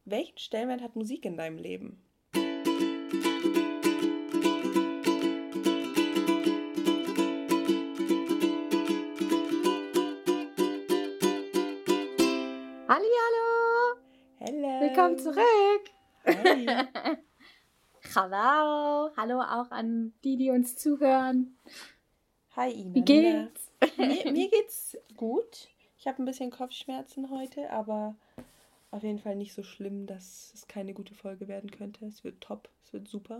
Welchen Stellenwert hat Musik in deinem Leben? Hallihallo! Hello! Willkommen zurück! Hi! Hallo! Hallo auch an die uns zuhören. Hi Ina. Wie geht's? Mir geht's gut. Ich habe ein bisschen Kopfschmerzen heute, aber auf jeden Fall nicht so schlimm, dass es keine gute Folge werden könnte. Es wird top, es wird super.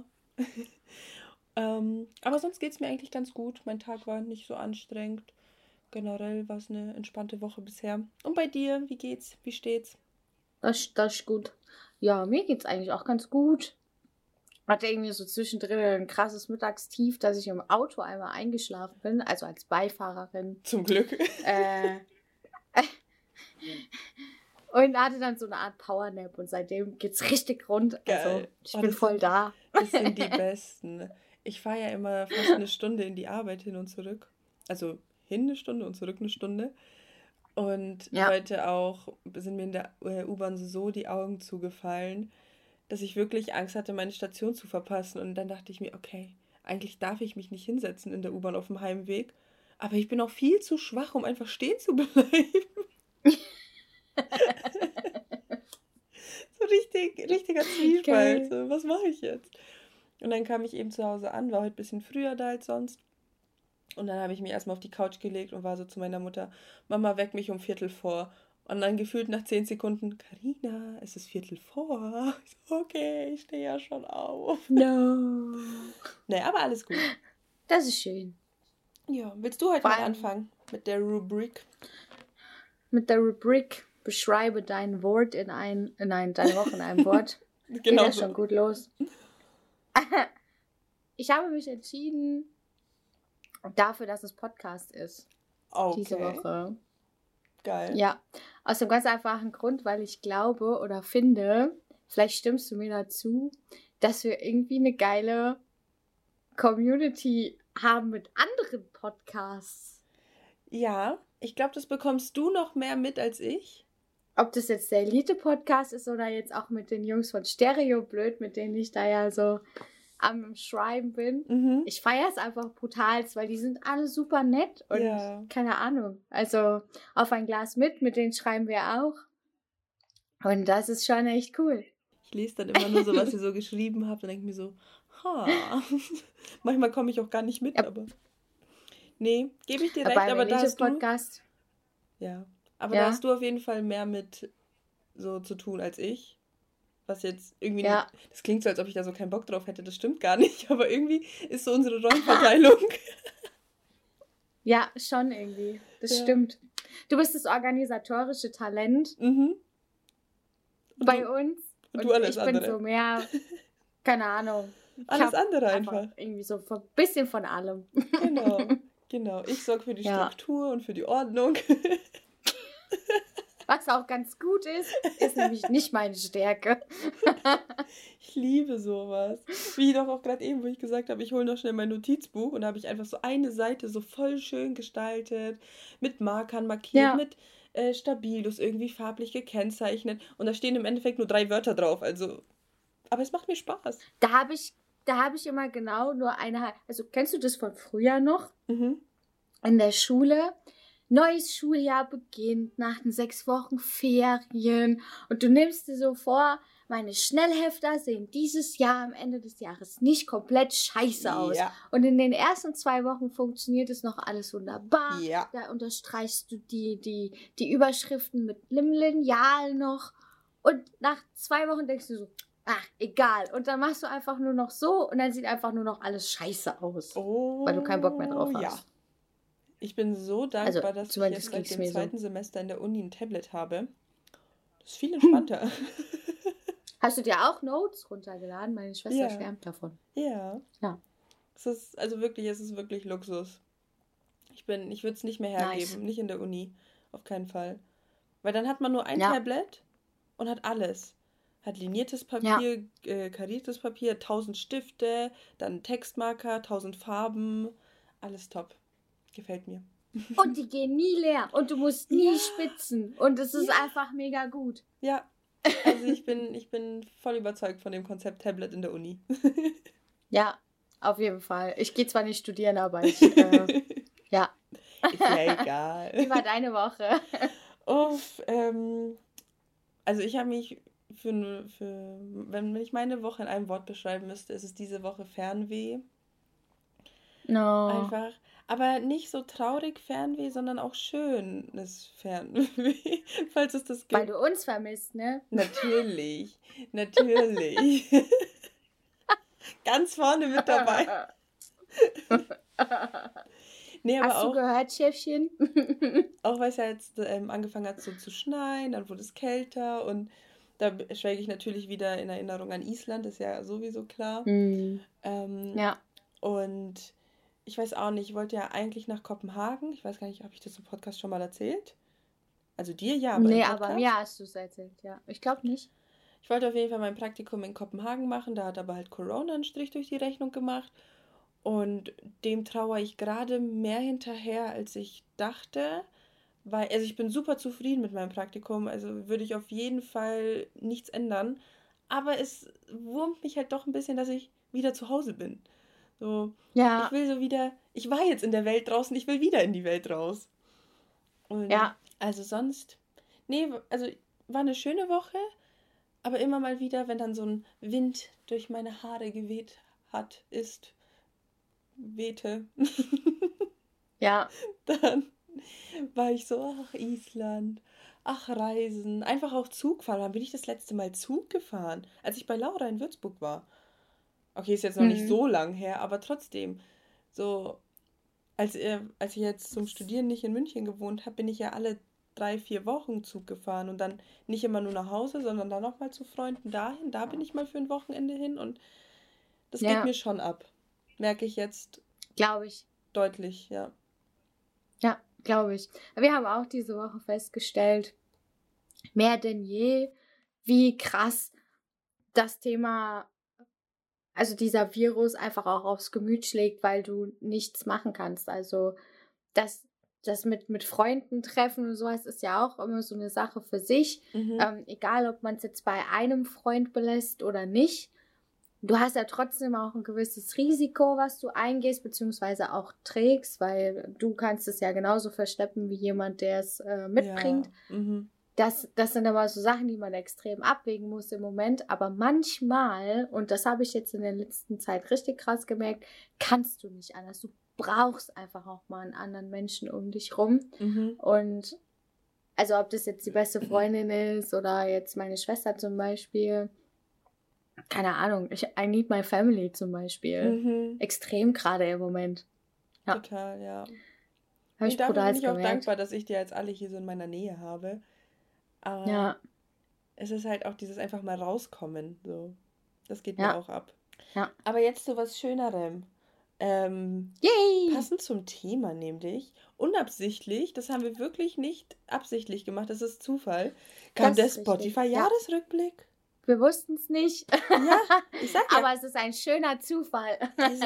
Aber sonst geht's mir eigentlich ganz gut. Mein Tag war nicht so anstrengend. Generell war es eine entspannte Woche bisher. Und bei dir, wie geht's? Wie steht's? Das ist gut. Ja, mir geht's eigentlich auch ganz gut. Hatte irgendwie so zwischendrin ein krasses Mittagstief, dass ich im Auto einmal eingeschlafen bin, also als Beifahrerin. Zum Glück. Und hatte dann so eine Art Powernap und seitdem geht's richtig rund. Geil. Also ich bin voll da. Das sind die Besten. Ich fahre ja immer fast eine Stunde in die Arbeit hin und zurück. Also hin eine Stunde und zurück eine Stunde. Und heute auch sind mir in der U-Bahn so die Augen zugefallen, dass ich wirklich Angst hatte, meine Station zu verpassen. Und dann dachte ich mir, okay, eigentlich darf ich mich nicht hinsetzen in der U-Bahn auf dem Heimweg. Aber ich bin auch viel zu schwach, um einfach stehen zu bleiben. So richtiger Zwiespalt. So, was mache ich jetzt? Und dann kam ich eben zu Hause an, war heute ein bisschen früher da als sonst. Und dann habe ich mich erstmal auf die Couch gelegt und war so zu meiner Mutter, Mama, weck mich um 4:15. Und dann gefühlt nach 10 Sekunden, Carina, es ist 4:15. Ich so, okay, ich stehe ja schon auf. No. Nee, aber alles gut. Das ist schön. Ja, willst du heute mal anfangen mit der Rubrik? Mit der Rubrik beschreibe dein Wort deine Woche in einem Wort. Genau. Geht ja schon gut los. Ich habe mich entschieden dafür, dass es Podcast ist. Okay. Diese Woche. Geil. Ja, aus dem ganz einfachen Grund, weil ich glaube oder finde, vielleicht stimmst du mir dazu, dass wir irgendwie eine geile Community haben mit anderen Podcasts. Ja, ich glaube, das bekommst du noch mehr mit als ich. Ob das jetzt der Elite-Podcast ist oder jetzt auch mit den Jungs von Stereo Blöd, mit denen ich da ja so am Schreiben bin. Mhm. Ich feiere es einfach brutal, weil die sind alle super nett und keine Ahnung. Also auf ein Glas mit denen schreiben wir auch. Und das ist schon echt cool. Ich lese dann immer nur so, was ihr so geschrieben habt und denke mir so, manchmal komme ich auch gar nicht mit, aber nee, gebe ich dir recht, aber da hast Podcast. Ja, aber da hast du auf jeden Fall mehr mit so zu tun als ich. Was jetzt irgendwie, das klingt so, als ob ich da so keinen Bock drauf hätte, das stimmt gar nicht, aber irgendwie ist so unsere Rollenverteilung. Ja, schon irgendwie, das stimmt. Du bist das organisatorische Talent bei uns und du alles ich andere. bin so mehr, keine Ahnung. Alles andere einfach. Irgendwie so ein bisschen von allem. Genau. Ich sorge für die Struktur und für die Ordnung. Was auch ganz gut ist nämlich nicht meine Stärke. Ich liebe sowas. Wie doch auch gerade eben, wo ich gesagt habe, ich hole noch schnell mein Notizbuch und da habe ich einfach so eine Seite so voll schön gestaltet, mit Markern markiert, mit Stabilus irgendwie farblich gekennzeichnet und da stehen im Endeffekt nur 3 Wörter drauf, also, aber es macht mir Spaß. Da habe ich immer genau nur eine, also kennst du das von früher noch? Mhm. In der Schule? Neues Schuljahr beginnt, nach den 6 Wochen Ferien und du nimmst dir so vor, meine Schnellhefter sehen dieses Jahr am Ende des Jahres nicht komplett scheiße aus. Und in den ersten 2 Wochen funktioniert es noch alles wunderbar. Da unterstreichst du die Überschriften mit einem Lineal noch und nach 2 Wochen denkst du so, ach, egal. Und dann machst du einfach nur noch so und dann sieht einfach nur noch alles scheiße aus, weil du keinen Bock mehr drauf hast. Ja. Ich bin so dankbar, dass ich jetzt seit dem 2. Semester in der Uni ein Tablet habe. Das ist viel entspannter. Hast du dir auch Notes runtergeladen? Meine Schwester schwärmt davon. Ja. Es ist wirklich Luxus. Ich würde es nicht mehr hergeben. Nicht in der Uni. Auf keinen Fall. Weil dann hat man nur ein Tablet und hat alles. Hat liniertes Papier, kariertes Papier, 1000 Stifte, dann Textmarker, 1000 Farben. Alles top. Gefällt mir. Und die gehen nie leer. Und du musst nie spitzen. Und es ist einfach mega gut. Ja, Also ich bin voll überzeugt von dem Konzept Tablet in der Uni. Ja, auf jeden Fall. Ich gehe zwar nicht studieren, aber ja. Ist ja egal. Wie war deine Woche? Uff, also ich habe mich wenn ich meine Woche in einem Wort beschreiben müsste, ist es diese Woche Fernweh. No. Einfach, aber nicht so traurig Fernweh, sondern auch schönes Fernweh, falls es das Weil gibt. du uns vermisst, ne? Natürlich, natürlich. Ganz vorne mit dabei. Nee, aber Hast du auch, gehört, Chefchen? auch weil es ja jetzt angefangen hat so zu schneien, dann wurde es kälter und da schwelge ich natürlich wieder in Erinnerung an Island, ist ja sowieso klar. Ähm, Ja. und ich weiß auch nicht, ich wollte ja eigentlich nach Kopenhagen. Ich weiß gar nicht, habe ich das im Podcast schon mal erzählt? Also dir ja, aber im Nee, Podcast? aber mir hast du es erzählt, ja. Ich glaube nicht. Ich wollte auf jeden Fall mein Praktikum in Kopenhagen machen, da hat aber halt Corona einen Strich durch die Rechnung gemacht. Und dem trauere ich gerade mehr hinterher, als ich dachte. Weil, also ich bin super zufrieden mit meinem Praktikum, also würde ich auf jeden Fall nichts ändern. Aber es wurmt mich halt doch ein bisschen, dass ich wieder zu Hause bin. So, ich Ja, will so wieder, ich war jetzt in der Welt draußen, ich will wieder in die Welt raus. Und ja, also sonst, nee, also war eine schöne Woche, aber immer mal wieder, wenn dann so ein Wind durch meine Haare geweht wehte, ja. dann war ich so, ach Island, ach Reisen, einfach auch Zug fahren. Wann bin ich das letzte Mal Zug gefahren? Als ich bei Laura in Würzburg war. Okay, ist jetzt noch nicht Hm. so lang her, aber trotzdem, so, als ich jetzt zum Studieren nicht in München gewohnt habe, bin ich ja alle 3, 4 Wochen Zug gefahren und dann nicht immer nur nach Hause, sondern dann nochmal zu Freunden dahin. Da bin ich mal für ein Wochenende hin und das geht Ja, mir schon ab. Merke ich jetzt glaube ich. deutlich, ja. Ja, glaube ich. Wir haben auch diese Woche festgestellt, mehr denn je, wie krass das Thema, also dieser Virus einfach auch aufs Gemüt schlägt, weil du nichts machen kannst. Also das mit Freunden treffen und sowas ist ja auch immer so eine Sache für sich. Egal, ob man es jetzt bei einem Freund belässt oder nicht. Du hast ja trotzdem auch ein gewisses Risiko, was du eingehst, beziehungsweise auch trägst, weil du kannst es ja genauso verschleppen wie jemand, der es mitbringt. Ja. Mhm. Das sind aber so Sachen, die man extrem abwägen muss im Moment. Aber manchmal, und das habe ich jetzt in der letzten Zeit richtig krass gemerkt, kannst du nicht anders. Du brauchst einfach auch mal einen anderen Menschen um dich rum. Mhm. Und also ob das jetzt die beste Freundin ist oder jetzt meine Schwester zum Beispiel, keine Ahnung, I need my family zum Beispiel. Mhm. Extrem gerade im Moment. Ja, Total, ja. habe ich Dafür bin brutal ich auch gemerkt. dankbar, dass ich die jetzt alle hier so in meiner Nähe habe. Aber Ja, es ist halt auch dieses einfach mal rauskommen. So. Das geht mir ja, auch ab. ja. Aber jetzt zu was Schönerem. Yay! Passend zum Thema nämlich, unabsichtlich, das haben wir wirklich nicht absichtlich gemacht, das ist Zufall, kam Das der ist richtig. Ja, Spotify-Jahresrückblick. wir wussten es nicht. Ja, ich sag ja, Aber es ist ein schöner Zufall.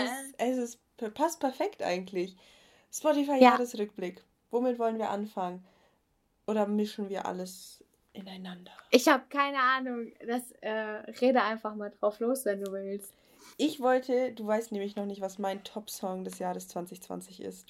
passt perfekt eigentlich. Ja, Spotify-Jahresrückblick. Womit wollen wir anfangen? Oder mischen wir alles ineinander? ich habe keine Ahnung. Rede einfach mal drauf los, wenn du willst. Du weißt nämlich noch nicht, was mein Top-Song des Jahres 2020 ist.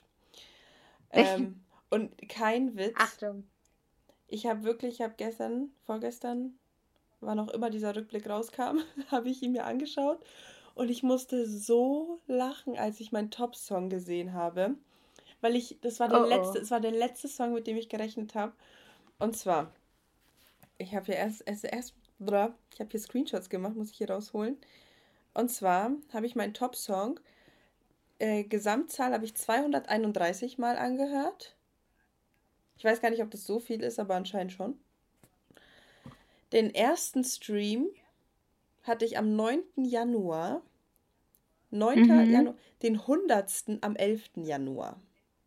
Und kein Witz. Achtung. Ich habe vorgestern, wann auch immer dieser Rückblick rauskam, habe ich ihn mir angeschaut und ich musste so lachen, als ich meinen Top-Song gesehen habe, weil es war der letzte Song, mit dem ich gerechnet habe. Und zwar, ich habe hier ich habe hier Screenshots gemacht, muss ich hier rausholen. Und zwar habe ich meinen Top-Song, Gesamtzahl habe ich 231 Mal angehört. Ich weiß gar nicht, ob das so viel ist, aber anscheinend schon. Den ersten Stream hatte ich am 9. Januar. 9. Januar. Den 100. am 11. Januar.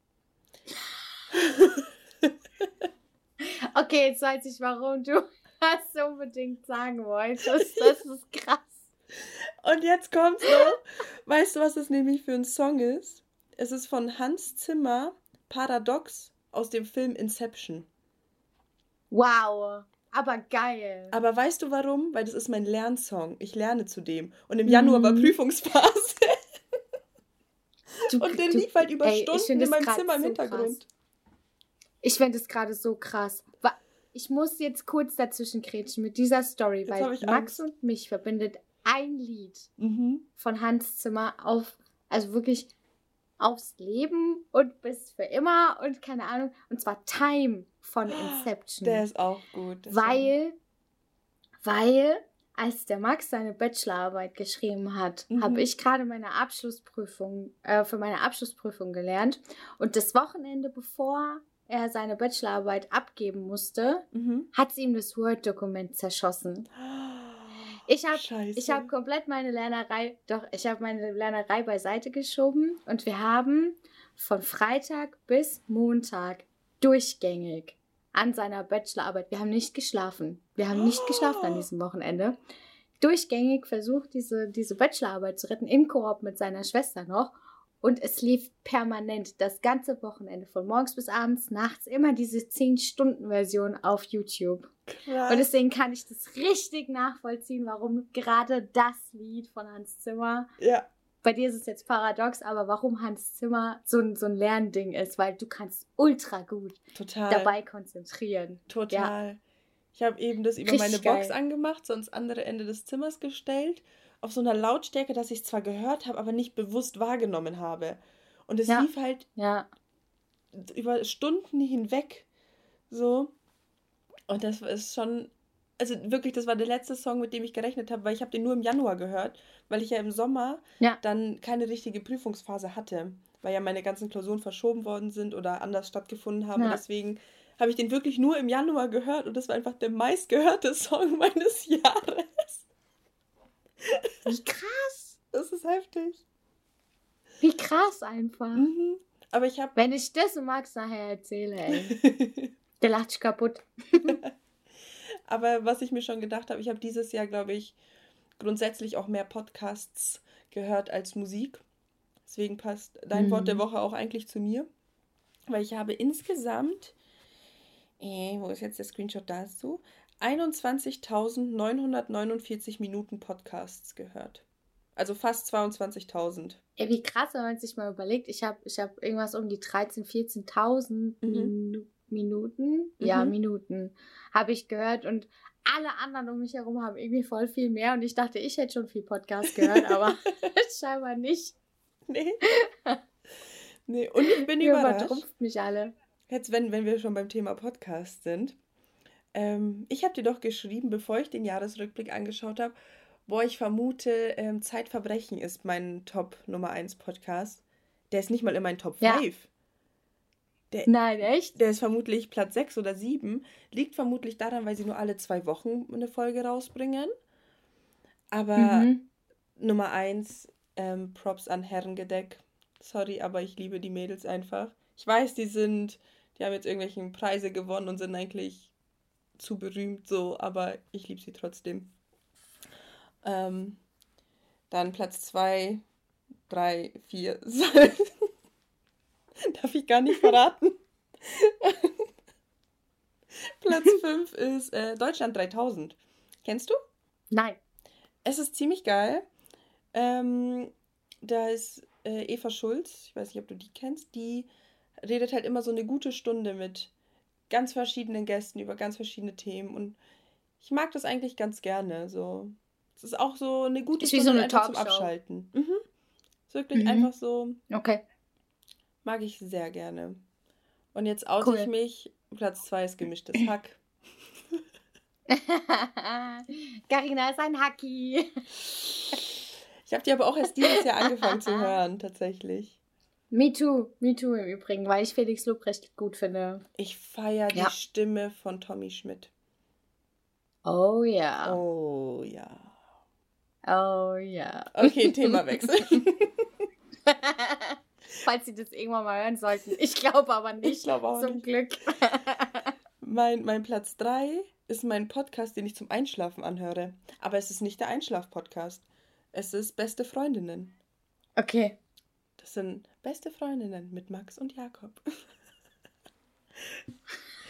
Okay, jetzt weiß ich, warum du das unbedingt sagen wolltest. Das ist krass. Und jetzt kommt's noch. Weißt du, was das nämlich für ein Song ist? Es ist von Hans Zimmer, Paradox, aus dem Film Inception. Wow. aber geil. Aber weißt du warum? Weil das ist mein Lernsong. Ich lerne zu dem. Und im Januar war Prüfungsphase. Und der lief halt über Stunden in meinem Zimmer im Hintergrund. Krass. Ich finde es gerade so krass. Ich muss jetzt kurz dazwischen grätschen mit dieser Story, jetzt weil Max und mich verbindet ein Lied von Hans Zimmer also wirklich aufs Leben und bis für immer und keine Ahnung. Und zwar Time von Inception. Der ist auch gut. Weil als der Max seine Bachelorarbeit geschrieben hat, habe ich gerade für meine Abschlussprüfung gelernt. Und das Wochenende, bevor er seine Bachelorarbeit abgeben musste, hat sie ihm das Word-Dokument zerschossen. Ich habe komplett meine Lernerei beiseite geschoben und wir haben von Freitag bis Montag durchgängig an seiner Bachelorarbeit, wir haben nicht geschlafen. Wir haben nicht geschlafen an diesem Wochenende. Durchgängig versucht, diese Bachelorarbeit zu retten, im Koop mit seiner Schwester noch. Und es lief permanent das ganze Wochenende, von morgens bis abends, nachts, immer diese 10-Stunden-Version auf YouTube. Krass. Und deswegen kann ich das richtig nachvollziehen, warum gerade das Lied von Hans Zimmer, bei dir ist es jetzt paradox, aber warum Hans Zimmer so ein Lernding ist, weil du kannst ultra gut dabei konzentrieren. Total. Ja. Ich habe eben das über meine Box angemacht, so ans andere Ende des Zimmers gestellt, auf so einer Lautstärke, dass ich es zwar gehört habe, aber nicht bewusst wahrgenommen habe. Und es lief halt über Stunden hinweg so. Und das ist schon, also wirklich, das war der letzte Song, mit dem ich gerechnet habe, weil ich habe den nur im Januar gehört, weil ich ja im Sommer dann keine richtige Prüfungsphase hatte, weil ja meine ganzen Klausuren verschoben worden sind oder anders stattgefunden haben. Und deswegen habe ich den wirklich nur im Januar gehört und das war einfach der meistgehörte Song meines Jahres. Wie krass. Das ist heftig. Wie krass einfach. Aber ich habe... Wenn ich das Max nachher erzähle, ey. Der lacht sich kaputt. Aber was ich mir schon gedacht habe, ich habe dieses Jahr, glaube ich, grundsätzlich auch mehr Podcasts gehört als Musik. Deswegen passt dein Wort der Woche auch eigentlich zu mir. Weil ich habe insgesamt, wo ist jetzt der Screenshot dazu? 21.949 Minuten Podcasts gehört. Also fast 22.000. Ey, wie krass, wenn man sich mal überlegt. Ich hab irgendwas um die 13.000, 14.000 Minuten. Ja, Minuten habe ich gehört. Und alle anderen um mich herum haben irgendwie voll viel mehr. Und ich dachte, ich hätte schon viel Podcast gehört, aber scheinbar nicht. Nee. Und ich bin überrascht. Übertrumpft mich alle. Jetzt, wenn wir schon beim Thema Podcast sind. Ich habe dir doch geschrieben, bevor ich den Jahresrückblick angeschaut habe, ich vermute, Zeitverbrechen ist mein Top Nummer 1 Podcast. Der ist nicht mal in meinen Top 5. Nein, echt? Der ist vermutlich Platz 6 oder 7. Liegt vermutlich daran, weil sie nur alle 2 Wochen eine Folge rausbringen. Aber Nummer 1, Props an Herrengedeck. Sorry, aber ich liebe die Mädels einfach. Ich weiß, die haben jetzt irgendwelche Preise gewonnen und sind eigentlich zu berühmt so, aber ich liebe sie trotzdem. Dann Platz 2, 3, 4. Darf ich gar nicht verraten. Platz 5 ist Deutschland 3000. Kennst du? Nein. Es ist ziemlich geil. Da ist Eva Schulz, ich weiß nicht, ob du die kennst, die redet halt immer so eine gute Stunde mit ganz verschiedenen Gästen über ganz verschiedene Themen und ich mag das eigentlich ganz gerne. So. Es ist auch so eine gute Stunde so eine einfach zum Abschalten. Ist wirklich einfach so. Okay. Mag ich sehr gerne. Und jetzt oute ich mich. Platz 2 ist gemischtes Hack. Carina ist ein Hacki. Ich habe die aber auch erst dieses Jahr angefangen zu hören, tatsächlich. Me too im Übrigen, weil ich Felix Lobrecht gut finde. Ich feiere die Stimme von Tommy Schmidt. Oh ja. Oh ja. Oh ja. Okay, Themawechsel. Falls Sie das irgendwann mal hören sollten. Ich glaube aber nicht. Ich glaube auch zum nicht. Glück. Mein Platz 3 ist mein Podcast, den ich zum Einschlafen anhöre. Aber es ist nicht der Einschlaf-Podcast. Es ist Beste Freundinnen. Okay. Das sind Beste Freundinnen mit Max und Jakob.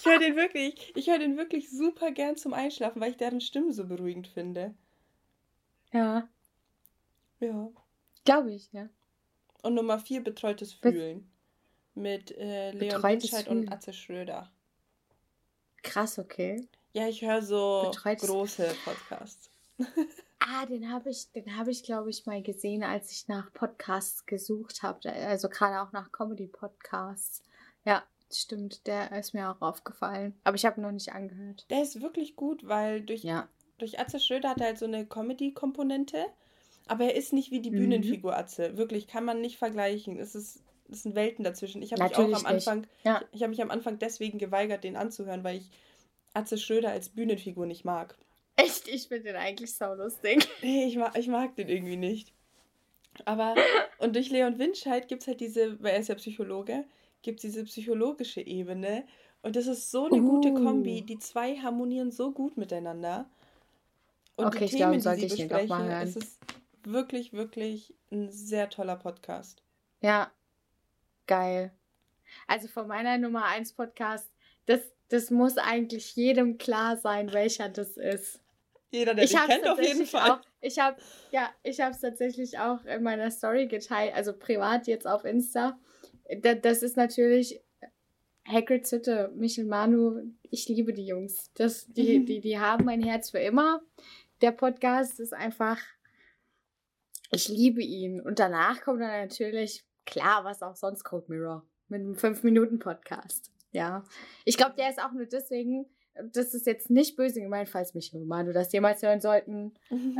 ich höre den wirklich super gern zum Einschlafen, weil ich deren Stimme so beruhigend finde. Ja. Ja. Glaube ich, ja. Und Nummer 4, Betreutes Fühlen. Mit Leon Betreutes Winscheid und Fühlen. Atze Schröder. Krass, okay. Ja, ich höre so Betreutes- große Podcasts. Den habe ich, glaube ich, mal gesehen, als ich nach Podcasts gesucht habe. Also gerade auch nach Comedy-Podcasts. Ja, stimmt. Der ist mir auch aufgefallen. Aber ich habe ihn noch nicht angehört. Der ist wirklich gut, weil durch Atze Schröder hat er halt so eine Comedy-Komponente. Aber er ist nicht wie die Bühnenfigur Atze. Wirklich, kann man nicht vergleichen. Es sind Welten dazwischen. Ich habe mich auch am Anfang, ich habe mich am Anfang deswegen geweigert, den anzuhören, weil ich Atze Schröder als Bühnenfigur nicht mag. Echt? Ich finde den eigentlich saulustig. Nee, ich mag den irgendwie nicht. Aber, und durch Leon Winscheid gibt es halt weil er ist ja Psychologe, gibt es diese psychologische Ebene. Und das ist so eine gute Kombi. Die zwei harmonieren so gut miteinander. Und die Themen, die sie besprechen, es ist wirklich, wirklich ein sehr toller Podcast. Ja, geil. Also von meiner Nummer 1 Podcast, das muss eigentlich jedem klar sein, welcher das ist. Jeder, der dich kennt, auf jeden Fall. Ich habe es tatsächlich auch in meiner Story geteilt, also privat jetzt auf Insta. Das ist natürlich Hagrid's Hütte, Michel Manu. Ich liebe die Jungs. Die haben mein Herz für immer. Der Podcast ist einfach, ich liebe ihn. Und danach kommt dann natürlich, klar, was auch sonst, Cold Mirror mit einem 5-Minuten-Podcast. Ja, ich glaube, der ist auch nur deswegen, das ist jetzt nicht böse gemeint, falls Michel und Manu das jemals hören sollten.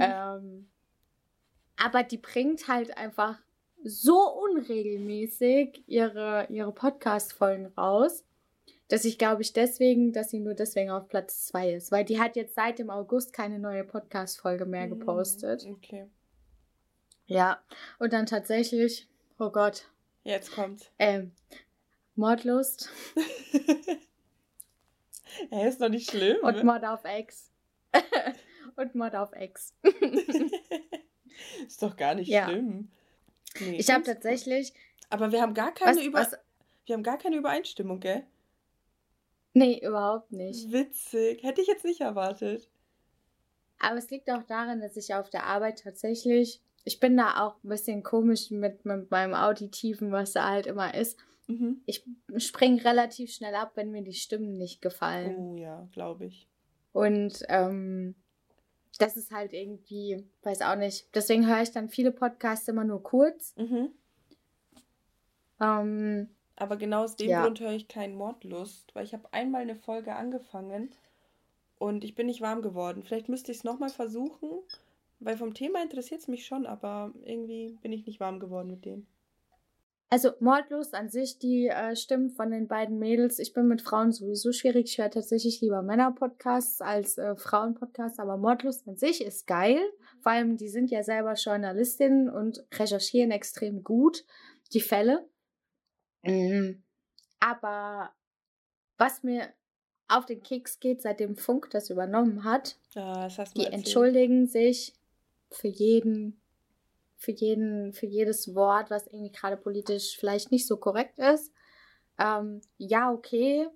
Aber die bringt halt einfach so unregelmäßig ihre Podcast-Folgen raus, dass ich glaube dass sie nur deswegen auf Platz 2 ist. Weil die hat jetzt seit dem August keine neue Podcast-Folge mehr gepostet. Okay. Ja, und dann tatsächlich, oh Gott. Jetzt kommt's. Mordlust. Ist doch nicht schlimm. Und Mord auf Ex. Und Mord auf Ex. Ist doch gar nicht schlimm. Nee, ich habe tatsächlich... Aber wir haben gar keine wir haben gar keine Übereinstimmung, gell? Nee, überhaupt nicht. Witzig. Hätte ich jetzt nicht erwartet. Aber es liegt auch daran, dass ich auf der Arbeit tatsächlich... Ich bin da auch ein bisschen komisch mit meinem Auditiven, was da halt immer ist. Ich springe relativ schnell ab, wenn mir die Stimmen nicht gefallen. Oh ja, glaube ich. Und das ist halt irgendwie, weiß auch nicht. Deswegen höre ich dann viele Podcasts immer nur kurz. Aber genau aus dem Grund höre ich keinen Mordlust, weil ich habe einmal eine Folge angefangen und ich bin nicht warm geworden. Vielleicht müsste ich es nochmal versuchen, weil vom Thema interessiert es mich schon, aber irgendwie bin ich nicht warm geworden mit denen. Also Mordlust an sich, die Stimmen von den beiden Mädels, ich bin mit Frauen sowieso schwierig, ich höre tatsächlich lieber Männer-Podcasts als Frauen-Podcasts, aber Mordlust an sich ist geil, vor allem die sind ja selber Journalistinnen und recherchieren extrem gut die Fälle. Aber was mir auf den Keks geht, seitdem Funk das übernommen hat, die entschuldigen sich für jedes Wort, was irgendwie gerade politisch vielleicht nicht so korrekt ist. Ja, okay.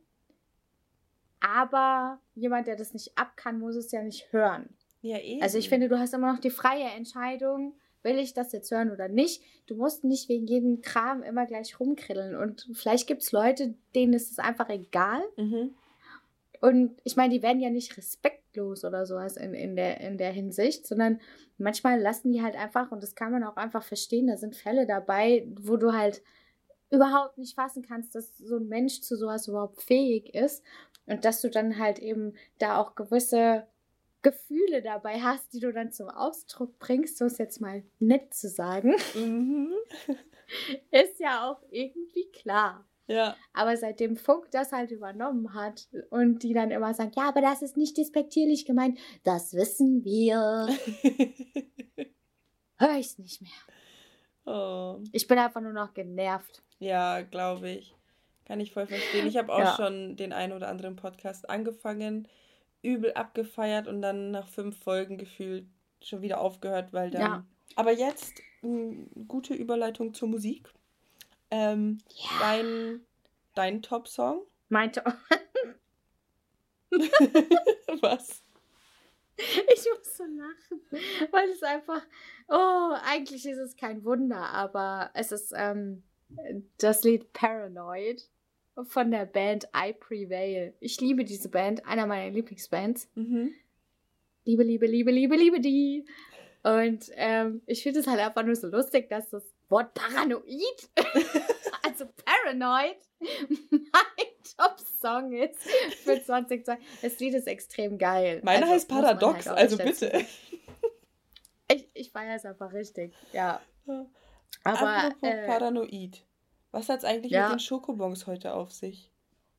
Aber jemand, der das nicht ab kann, muss es ja nicht hören. Ja, eben. Also ich finde, du hast immer noch die freie Entscheidung, will ich das jetzt hören oder nicht. Du musst nicht wegen jedem Kram immer gleich rumkriddeln. Und vielleicht gibt es Leute, denen ist es einfach egal. Und ich meine, die werden ja nicht respektlos oder sowas in der Hinsicht, sondern manchmal lassen die halt einfach, und das kann man auch einfach verstehen, da sind Fälle dabei, wo du halt überhaupt nicht fassen kannst, dass so ein Mensch zu sowas überhaupt fähig ist und dass du dann halt eben da auch gewisse Gefühle dabei hast, die du dann zum Ausdruck bringst, so ist jetzt mal nett zu sagen, ist ja auch irgendwie klar. Ja. Aber seitdem Funk das halt übernommen hat und die dann immer sagen, ja, aber das ist nicht despektierlich gemeint, das wissen wir, höre ich es nicht mehr. Oh. Ich bin einfach nur noch genervt. Ja, glaube ich. Kann ich voll verstehen. Ich habe auch schon den einen oder anderen Podcast angefangen, übel abgefeiert und dann nach 5 Folgen gefühlt schon wieder aufgehört, weil dann... Ja. Aber jetzt, gute Überleitung zur Musik. Dein Top-Song? Mein Top. Was? Ich muss so lachen, weil es einfach, eigentlich ist es kein Wunder, aber es ist das Lied Paranoid von der Band I Prevail. Ich liebe diese Band, einer meiner Lieblingsbands. Mhm. Liebe, liebe, liebe, liebe, liebe die. Und ich finde es halt einfach nur so lustig, dass das Wort Paranoid, also Paranoid, mein Top-Song ist für 2020. Das Lied ist extrem geil. Meiner also, heißt Paradox, halt also bitte. Ich feiere es einfach richtig, ja. Aber apropos Paranoid. Was hat es eigentlich mit den Schokobons heute auf sich?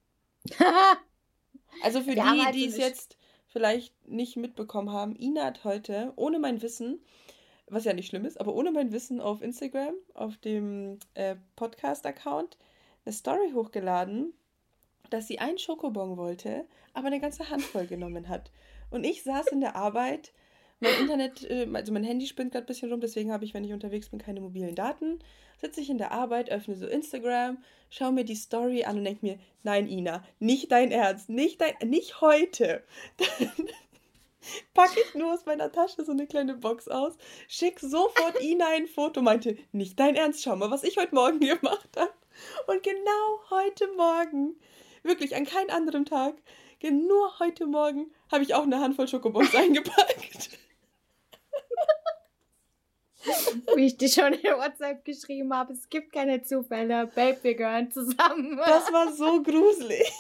Also für die es jetzt vielleicht nicht mitbekommen haben, Ina hat heute, ohne mein Wissen, was ja nicht schlimm ist, aber ohne mein Wissen auf Instagram, auf dem Podcast-Account, eine Story hochgeladen, dass sie einen Schokobon wollte, aber eine ganze Handvoll genommen hat. Und ich saß in der Arbeit, mein Internet, also mein Handy spinnt gerade ein bisschen rum, deswegen habe ich, wenn ich unterwegs bin, keine mobilen Daten. Sitze ich in der Arbeit, öffne so Instagram, schaue mir die Story an und denke mir, nein Ina, nicht dein Ernst, nicht heute. Dann packe ich nur aus meiner Tasche so eine kleine Box aus, schick sofort Ina ein Foto, meinte, nicht dein Ernst, schau mal, was ich heute Morgen gemacht habe. Und genau heute Morgen, wirklich an keinem anderen Tag, nur heute Morgen, habe ich auch eine Handvoll Schokobons eingepackt. Wie ich dir schon in WhatsApp geschrieben habe, es gibt keine Zufälle, Babe, wir gehören zusammen. Das war so gruselig.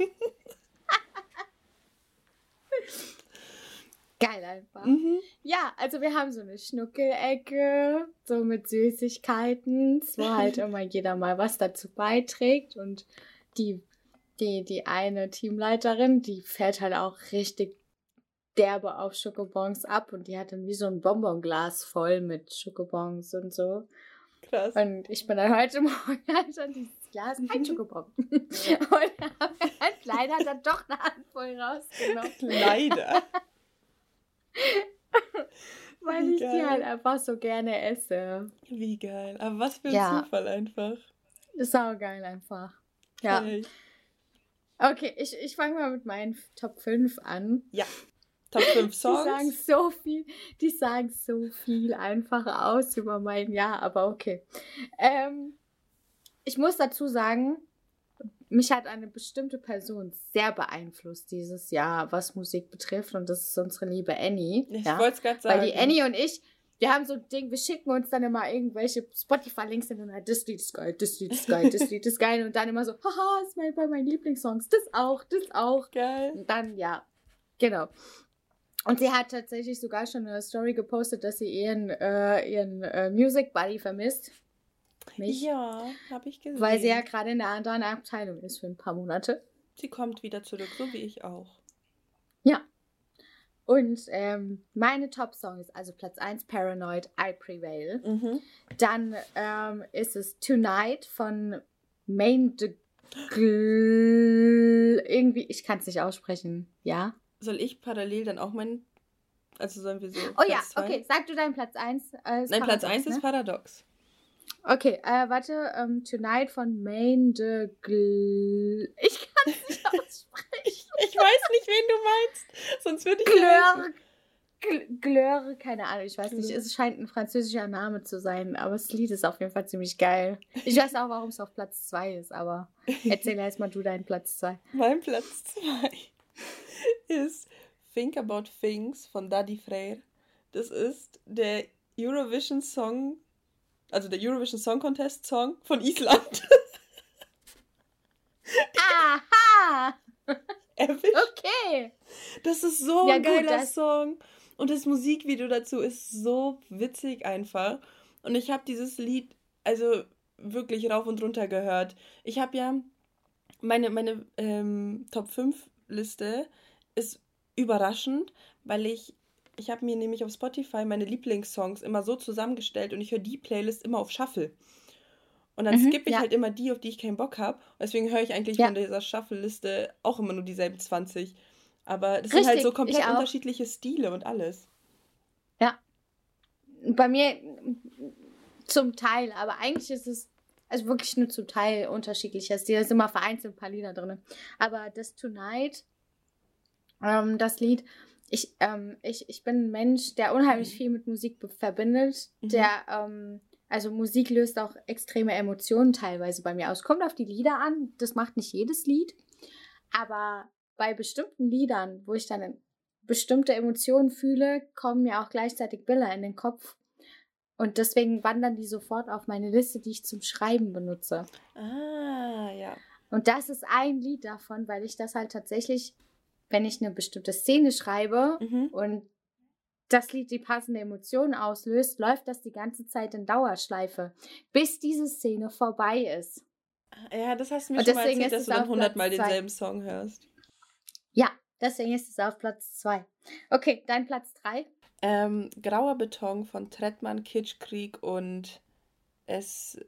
Geil einfach. Mhm. Ja, also wir haben so eine Schnuckelecke, so mit Süßigkeiten, wo halt immer jeder mal was dazu beiträgt und die eine Teamleiterin, die fährt halt auch richtig derbe auf Schokobons ab und die hat dann wie so ein Bonbonglas voll mit Schokobons und so. Krass. Und ich bin dann heute Morgen halt schon dieses Glas, ein Schokobon. Und habe halt leider dann doch eine Handvoll rausgenommen. Leider. Weil ich die halt einfach so gerne esse. Wie geil. Aber was für ein Zufall einfach. Ist auch geil einfach. Ja. Okay, ich fange mal mit meinen Top 5 an. Ja. Top 5 Songs. Die sagen so viel einfach aus über mein Jahr, aber okay. Ich muss dazu sagen, mich hat eine bestimmte Person sehr beeinflusst dieses Jahr, was Musik betrifft, und das ist unsere liebe Annie. Ich wollte es gerade sagen. Weil die Annie und ich, wir haben so ein Ding, wir schicken uns dann immer irgendwelche Spotify-Links hin und dann, das Lied ist geil, das Lied ist geil, das Lied ist geil, und dann immer so, haha, ist bei meinen Lieblingssongs, das auch. Geil. Und dann, ja, genau. Und sie hat tatsächlich sogar schon eine Story gepostet, dass sie ihren Music Buddy vermisst. Mich. Ja, habe ich gesehen. Weil sie ja gerade in einer anderen Abteilung ist für ein paar Monate. Sie kommt wieder zurück, so wie ich auch. Ja. Und meine Top-Song ist also Platz 1, Paranoid, I Prevail. Mhm. Dann ist es Tonight von Main de irgendwie, ich kann es nicht aussprechen. Ja? Soll ich parallel dann auch meinen, also sollen wir so Platz ja, 2? Okay, sag du deinen Platz 1. Nein, Paradox, Platz 1 ist Paradox. Okay, warte, Tonight von Main de ich kann es nicht aussprechen. Ich weiß nicht, wen du meinst, sonst würde ich Gleur, keine Ahnung, ich weiß nicht, es scheint ein französischer Name zu sein, aber das Lied ist auf jeden Fall ziemlich geil. Ich weiß auch, warum es auf Platz 2 ist, aber erzähl erst mal du deinen Platz 2. Mein Platz 2 ist Think About Things von Daddy Freyr. Das ist der Eurovision Song, also der Eurovision Song Contest Song von Island. Aha! Erwischt. Okay. Das ist so ein geiler Song. Und das Musikvideo dazu ist so witzig einfach. Und ich habe dieses Lied also wirklich rauf und runter gehört. Ich habe ja meine Top 5 Liste ist überraschend, weil ich habe mir nämlich auf Spotify meine Lieblingssongs immer so zusammengestellt und ich höre die Playlist immer auf Shuffle. Und dann skippe ich halt immer die, auf die ich keinen Bock habe. Deswegen höre ich eigentlich von dieser Shuffle-Liste auch immer nur dieselben 20. Aber das sind halt so komplett unterschiedliche Stile und alles. Ja. Bei mir zum Teil, aber eigentlich ist es also wirklich nur zum Teil unterschiedlicher Stil. Da sind immer vereinzelt ein paar Lieder drin. Aber das Tonight Das Lied, ich bin ein Mensch, der unheimlich viel mit Musik verbindet. Also Musik löst auch extreme Emotionen teilweise bei mir aus. Kommt auf die Lieder an, das macht nicht jedes Lied. Aber bei bestimmten Liedern, wo ich dann bestimmte Emotionen fühle, kommen mir auch gleichzeitig Bilder in den Kopf. Und deswegen wandern die sofort auf meine Liste, die ich zum Schreiben benutze. Ah, ja. Und das ist ein Lied davon, weil ich das halt tatsächlich, wenn ich eine bestimmte Szene schreibe und das Lied die passende Emotion auslöst, läuft das die ganze Zeit in Dauerschleife, bis diese Szene vorbei ist. Ja, das hast du mir schon mal erzählt, dass du dann 100 Mal denselben Song hörst. Ja, deswegen ist es auf Platz 2. Okay, dein Platz 3? Grauer Beton von Trettmann, Kitschkrieg und SFR.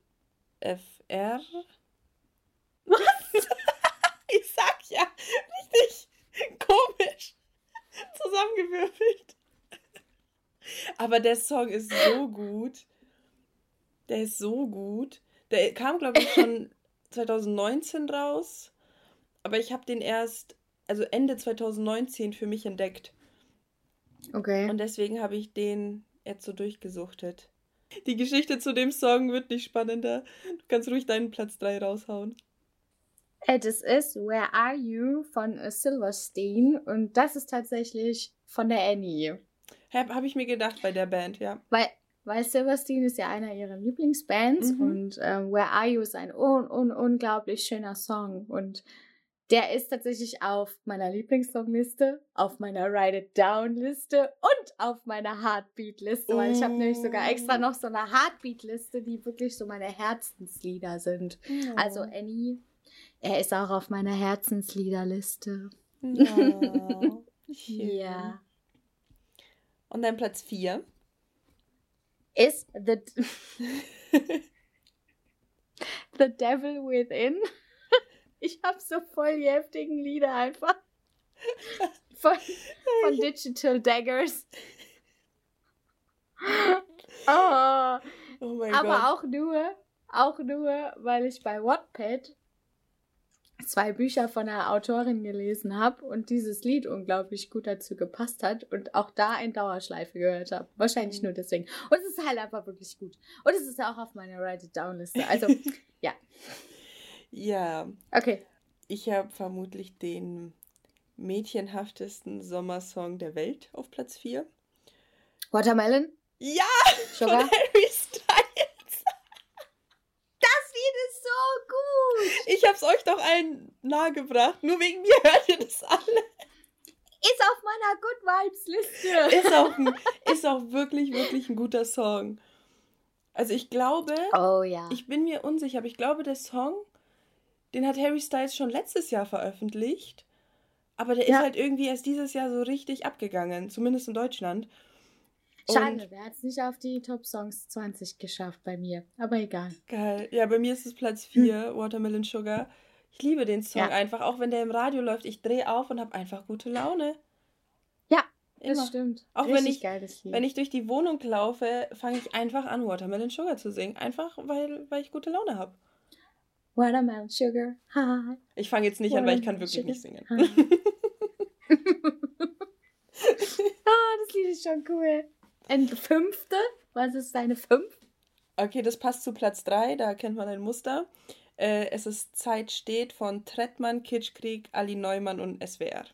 Was? Ich sag ja, richtig komisch zusammengewürfelt. Aber der Song ist so gut. Der ist so gut. Der kam, glaube ich, schon 2019 raus. Aber ich habe den erst, also Ende 2019 für mich entdeckt. Okay. Und deswegen habe ich den jetzt so durchgesuchtet. Die Geschichte zu dem Song wird nicht spannender. Du kannst ruhig deinen Platz 3 raushauen. Das ist Where Are You von Silverstein. Und das ist tatsächlich von der Annie. Habe ich mir gedacht bei der Band, ja. Weil Silverstein ist ja einer ihrer Lieblingsbands und Where Are You ist ein unglaublich schöner Song und der ist tatsächlich auf meiner Lieblingssongliste, auf meiner Write It Down Liste und auf meiner Heartbeat Liste, weil ich habe nämlich sogar extra noch so eine Heartbeat Liste, die wirklich so meine Herzenslieder sind. Also Annie, er ist auch auf meiner Herzensliederliste. Oh, ja. Und dein Platz 4? Ist The Devil Within. Ich habe so voll die heftigen Lieder einfach. Von Digital Daggers. Oh mein Gott. Aber auch nur, weil ich bei Wattpad 2 Bücher von einer Autorin gelesen habe und dieses Lied unglaublich gut dazu gepasst hat und auch da in Dauerschleife gehört habe. Wahrscheinlich nur deswegen. Und es ist halt einfach wirklich gut. Und es ist auch auf meiner Write It Down Liste. Also, ja. Ja. Okay. Ich habe vermutlich den mädchenhaftesten Sommersong der Welt auf Platz 4. Watermelon? Ja! Sugar? Von Harry Styles. Das Lied ist so gut! Ich hab's euch doch allen nahegebracht. Nur wegen mir hört ihr das alle. Ist auf meiner Good Vibes Liste. Ist auch wirklich, wirklich ein guter Song. Also ich glaube, ich bin mir unsicher, aber ich glaube, der Song, den hat Harry Styles schon letztes Jahr veröffentlicht. Aber der ist halt irgendwie erst dieses Jahr so richtig abgegangen. Zumindest in Deutschland. Schade, der hat es nicht auf die Top Songs 20 geschafft bei mir. Aber egal. Geil. Ja, bei mir ist es Platz 4, Watermelon Sugar. Ich liebe den Song einfach. Auch wenn der im Radio läuft, ich drehe auf und habe einfach gute Laune. Ja, immer. Das stimmt. Auch wenn ich durch die Wohnung laufe, fange ich einfach an, Watermelon Sugar zu singen. Einfach, weil ich gute Laune habe. Watermelon Sugar High. Ich fange jetzt nicht an, weil ich kann wirklich nicht singen. Das Lied ist schon cool. Und 5. Was ist deine 5? Okay, das passt zu Platz 3, da kennt man ein Muster. Es ist Zeit steht von Trettmann, Kitschkrieg, Ali Neumann und SWR.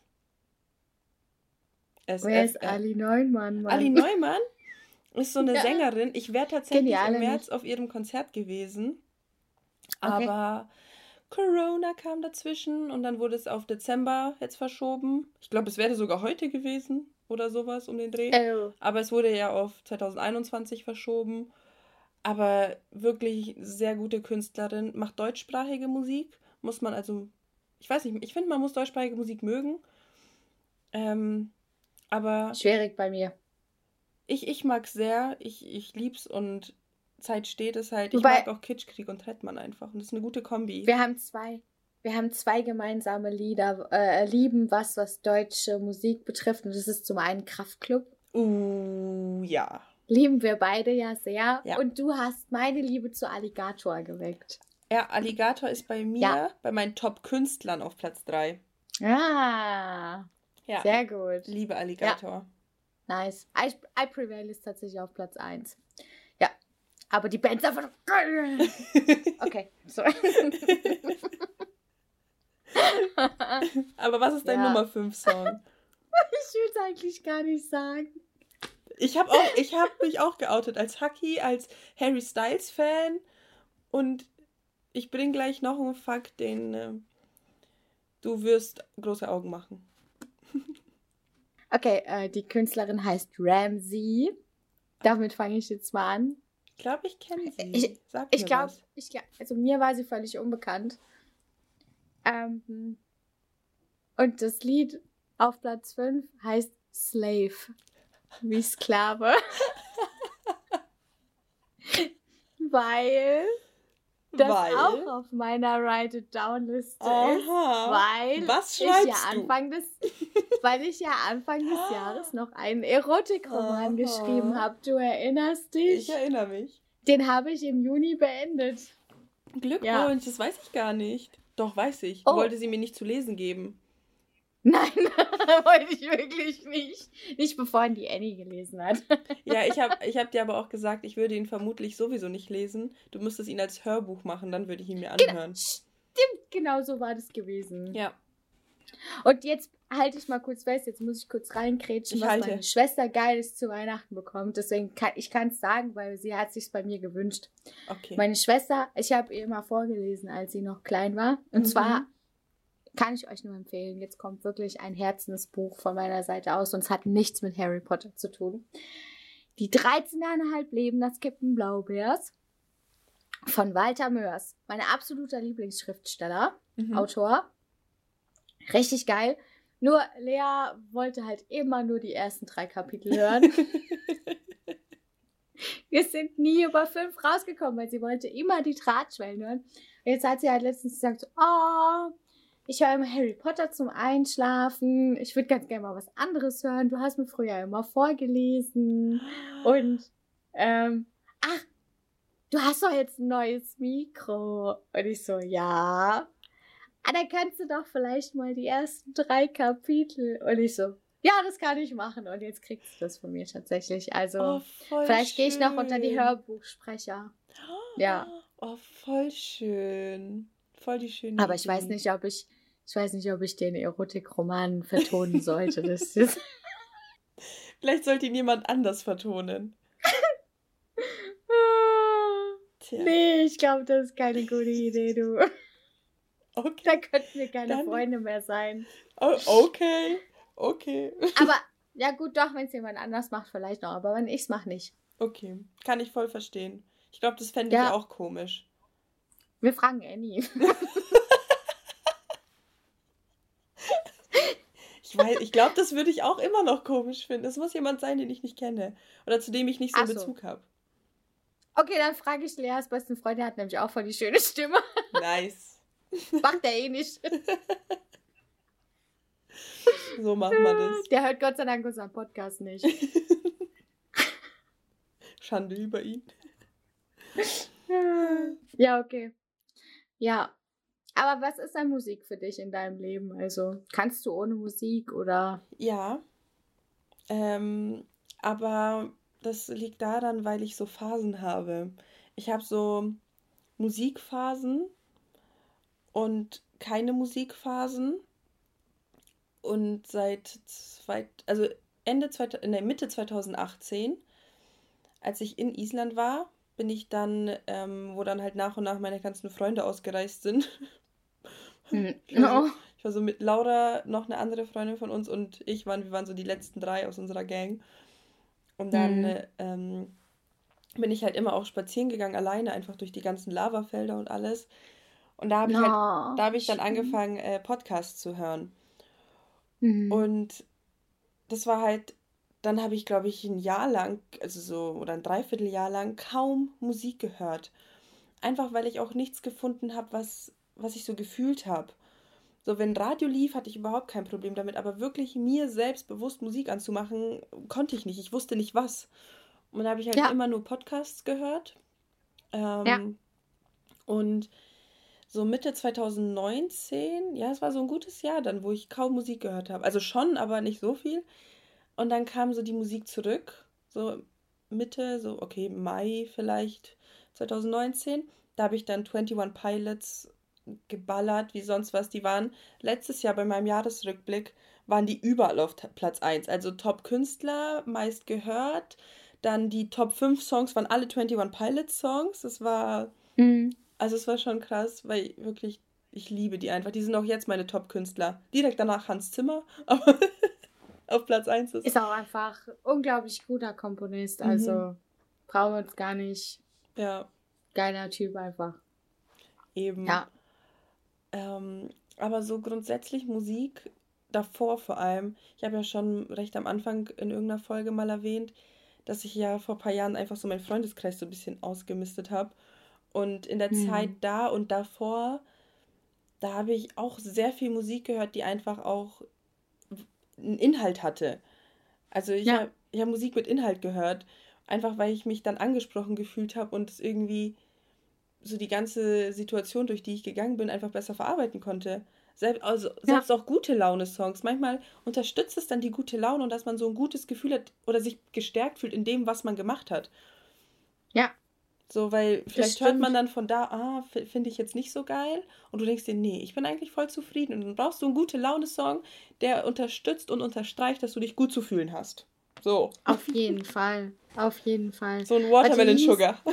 Wer ist Ali Neumann, Mann? Ali Neumann ist so eine Sängerin. Ich wäre tatsächlich im März auf ihrem Konzert gewesen. Aber Corona kam dazwischen und dann wurde es auf Dezember jetzt verschoben. Ich glaube, es wäre sogar heute gewesen oder sowas um den Dreh. Aber es wurde ja auf 2021 verschoben. Aber wirklich sehr gute Künstlerin. Macht deutschsprachige Musik. Muss man also, ich weiß nicht, ich finde, man muss deutschsprachige Musik mögen. Aber schwierig bei mir. Ich mag es sehr. Ich lieb's und Zeit steht es halt. Ich mag auch Kitschkrieg und Trettmann einfach. Und das ist eine gute Kombi. Wir haben zwei gemeinsame Lieder, lieben was deutsche Musik betrifft. Und das ist zum einen Kraftklub. Ja. Lieben wir beide ja sehr. Ja. Und du hast meine Liebe zu Alligator geweckt. Ja, Alligator ist bei mir, bei meinen Top-Künstlern auf Platz 3. Ah. Ja. Ja. Sehr gut. Liebe Alligator. Ja. Nice. I Prevail ist tatsächlich auf Platz 1. Ja. Aber die Band ist einfach geil. Okay, sorry. Aber was ist dein Nummer 5 Song? Ich will es eigentlich gar nicht sagen. Ich hab mich auch geoutet als Haki, als Harry Styles Fan und ich bring gleich noch einen Fakt, den du wirst große Augen machen. Okay, die Künstlerin heißt Ramsey. Damit fange ich jetzt mal an. Ich glaube, ich kenne sie. Sag mir was. Also mir war sie völlig unbekannt. Und das Lied auf Platz 5 heißt Slave. Wie Sklave. Weil das auch auf meiner Write-It-Down-Liste ist. Weil was schreibst weil ich ja Anfang des Jahres noch einen Erotikroman geschrieben habe. Du erinnerst dich? Ich erinnere mich. Den habe ich im Juni beendet. Glückwunsch, das weiß ich gar nicht. Doch, weiß ich. Du wollte sie mir nicht zu lesen geben. Nein, wollte ich wirklich nicht. Nicht bevor ihn die Annie gelesen hat. Ja, ich hab dir aber auch gesagt, ich würde ihn vermutlich sowieso nicht lesen. Du müsstest ihn als Hörbuch machen, dann würde ich ihn mir anhören. Stimmt, genau so war das gewesen. Ja. Und jetzt halte ich mal kurz fest, jetzt muss ich kurz reinkrätschen, was meine Schwester Geiles zu Weihnachten bekommt. Deswegen kann ich es sagen, weil sie hat es sich bei mir gewünscht. Okay. Meine Schwester, ich habe ihr immer vorgelesen, als sie noch klein war. Und zwar kann ich euch nur empfehlen, jetzt kommt wirklich ein Herzensbuch von meiner Seite aus und es hat nichts mit Harry Potter zu tun. Die 13,5 Leben des Captain Blaubeers von Walter Mörs. Mein absoluter Lieblingsschriftsteller, Autor. Richtig geil. Nur Lea wollte halt immer nur die ersten 3 Kapitel hören. Wir sind nie über 5 rausgekommen, weil sie wollte immer die Drahtschwellen hören. Und jetzt hat sie halt letztens gesagt, ich höre immer Harry Potter zum Einschlafen. Ich würde ganz gerne mal was anderes hören. Du hast mir früher immer vorgelesen. Und, du hast doch jetzt ein neues Mikro. Und ich so, ja. Dann kannst du doch vielleicht mal die ersten 3 Kapitel. Und ich so, ja, das kann ich machen. Und jetzt kriegst du das von mir tatsächlich. Also, vielleicht gehe ich noch unter die Hörbuchsprecher. Ja. Oh, voll schön. Voll die schöne Aber ich weiß nicht, ob ich den Erotikroman vertonen sollte. Das ist Vielleicht sollte ihn jemand anders vertonen. Nee, ich glaube, das ist keine gute Idee, du. Okay. Da könnten wir keine Freunde mehr sein. Oh, okay. Aber, ja gut, doch, wenn es jemand anders macht, vielleicht noch. Aber wenn ich es mache, nicht. Okay, kann ich voll verstehen. Ich glaube, das fände ich auch komisch. Wir fragen Annie. Ich glaube, das würde ich auch immer noch komisch finden. Es muss jemand sein, den ich nicht kenne. Oder zu dem ich nicht so einen Bezug habe. Okay, dann frage ich Leas besten Freund, der hat nämlich auch voll die schöne Stimme. Nice. Macht er eh nicht. So macht man das. Der hört Gott sei Dank unseren Podcast nicht. Schande über ihn. Ja, okay. Ja. Aber was ist denn Musik für dich in deinem Leben? Also, kannst du ohne Musik oder? Ja. Aber das liegt daran, weil ich so Phasen habe. Ich habe so Musikphasen und keine Musikphasen. Und Mitte 2018, als ich in Island war, bin ich dann, wo dann halt nach und nach meine ganzen Freunde ausgereist sind. Ich war so mit Laura, noch eine andere Freundin von uns und wir waren so die letzten 3 aus unserer Gang. Und dann bin ich halt immer auch spazieren gegangen, alleine, einfach durch die ganzen Lavafelder und alles. Und da habe ich dann angefangen, Podcasts zu hören. Und das war halt, dann habe ich, glaube ich, ein Jahr lang, oder ein Dreivierteljahr lang kaum Musik gehört. Einfach, weil ich auch nichts gefunden habe, was ich so gefühlt habe. So, wenn Radio lief, hatte ich überhaupt kein Problem damit, aber wirklich mir selbst bewusst Musik anzumachen, konnte ich nicht. Ich wusste nicht was. Und dann habe ich halt immer nur Podcasts gehört. Und so Mitte 2019, ja, es war so ein gutes Jahr dann, wo ich kaum Musik gehört habe. Also schon, aber nicht so viel. Und dann kam so die Musik zurück, so Mitte, so okay, Mai vielleicht 2019. Da habe ich dann 21 Pilots geballert, wie sonst was. Die waren letztes Jahr bei meinem Jahresrückblick, waren die überall auf Platz 1. Also Top-Künstler, meist gehört. Dann die Top 5 Songs waren alle 21 Pilots Songs. Das war, also es war schon krass, weil wirklich, ich liebe die einfach. Die sind auch jetzt meine Top-Künstler. Direkt danach Hans Zimmer, aber auf Platz 1 ist. Ist auch einfach unglaublich guter Komponist, also brauchen wir uns gar nicht. Ja. Geiler Typ einfach. Eben. Ja. Aber so grundsätzlich Musik, davor vor allem, ich habe ja schon recht am Anfang in irgendeiner Folge mal erwähnt, dass ich ja vor ein paar Jahren einfach so meinen Freundeskreis so ein bisschen ausgemistet habe. Und in der Zeit da und davor, da habe ich auch sehr viel Musik gehört, die einfach auch einen Inhalt hatte. Also ich habe Musik mit Inhalt gehört, einfach weil ich mich dann angesprochen gefühlt habe und es irgendwie so die ganze Situation, durch die ich gegangen bin, einfach besser verarbeiten konnte. Selbst auch gute Laune-Songs. Manchmal unterstützt es dann die gute Laune und dass man so ein gutes Gefühl hat oder sich gestärkt fühlt in dem, was man gemacht hat. Ja. So, weil vielleicht hört man dann von da, finde ich jetzt nicht so geil. Und du denkst dir, nee, ich bin eigentlich voll zufrieden. Und dann brauchst du einen gute Laune-Song, der unterstützt und unterstreicht, dass du dich gut zu fühlen hast. So. Auf jeden Fall. Auf jeden Fall. So ein Watermelon Sugar.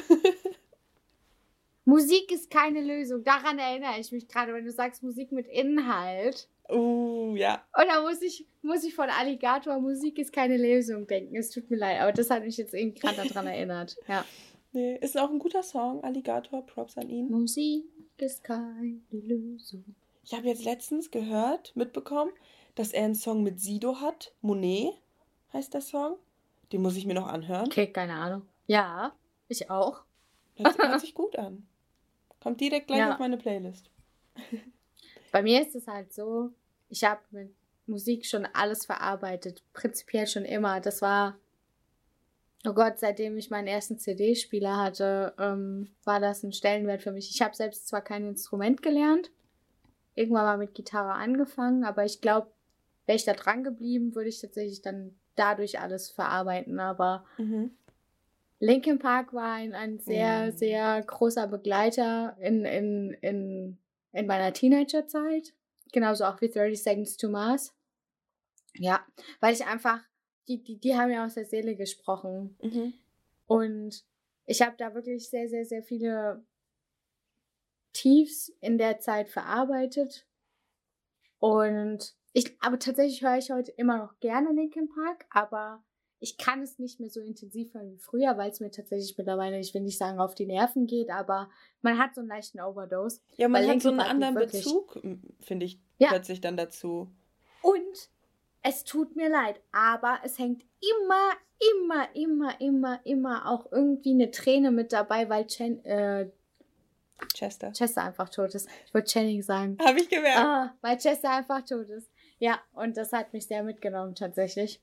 Musik ist keine Lösung. Daran erinnere ich mich gerade, wenn du sagst Musik mit Inhalt. Ja. Und da muss ich von Alligator Musik ist keine Lösung denken. Es tut mir leid, aber das hat mich jetzt irgendwie gerade daran erinnert. Ja. Nee, ist auch ein guter Song, Alligator, Props an ihn. Musik ist keine Lösung. Ich habe jetzt letztens mitbekommen, dass er einen Song mit Sido hat. Monet heißt der Song. Den muss ich mir noch anhören. Okay, keine Ahnung. Ja, ich auch. Hört sich gut an. Kommt direkt gleich auf meine Playlist. Bei mir ist es halt so, ich habe mit Musik schon alles verarbeitet. Prinzipiell schon immer. Das war, oh Gott, seitdem ich meinen ersten CD-Spieler hatte, war das ein Stellenwert für mich. Ich habe selbst zwar kein Instrument gelernt, irgendwann mal mit Gitarre angefangen, aber ich glaube, wäre ich da dran geblieben, würde ich tatsächlich dann dadurch alles verarbeiten. Aber Linkin Park war ein sehr, sehr großer Begleiter in meiner Teenagerzeit. Genauso auch wie 30 Seconds to Mars. Ja, weil ich einfach, die haben ja aus der Seele gesprochen. Und ich habe da wirklich sehr, sehr, sehr viele Tiefs in der Zeit verarbeitet. Aber tatsächlich höre ich heute immer noch gerne Linkin Park, aber ich kann es nicht mehr so intensiv hören wie früher, weil es mir tatsächlich mittlerweile, ich will nicht sagen, auf die Nerven geht, aber man hat so einen leichten Overdose. Ja, man hat so einen anderen Bezug, finde ich, plötzlich dann dazu. Und es tut mir leid, aber es hängt immer auch irgendwie eine Träne mit dabei, weil Chester einfach tot ist. Ich wollte Channing sagen. Habe ich gemerkt. Weil Chester einfach tot ist. Ja, und das hat mich sehr mitgenommen tatsächlich.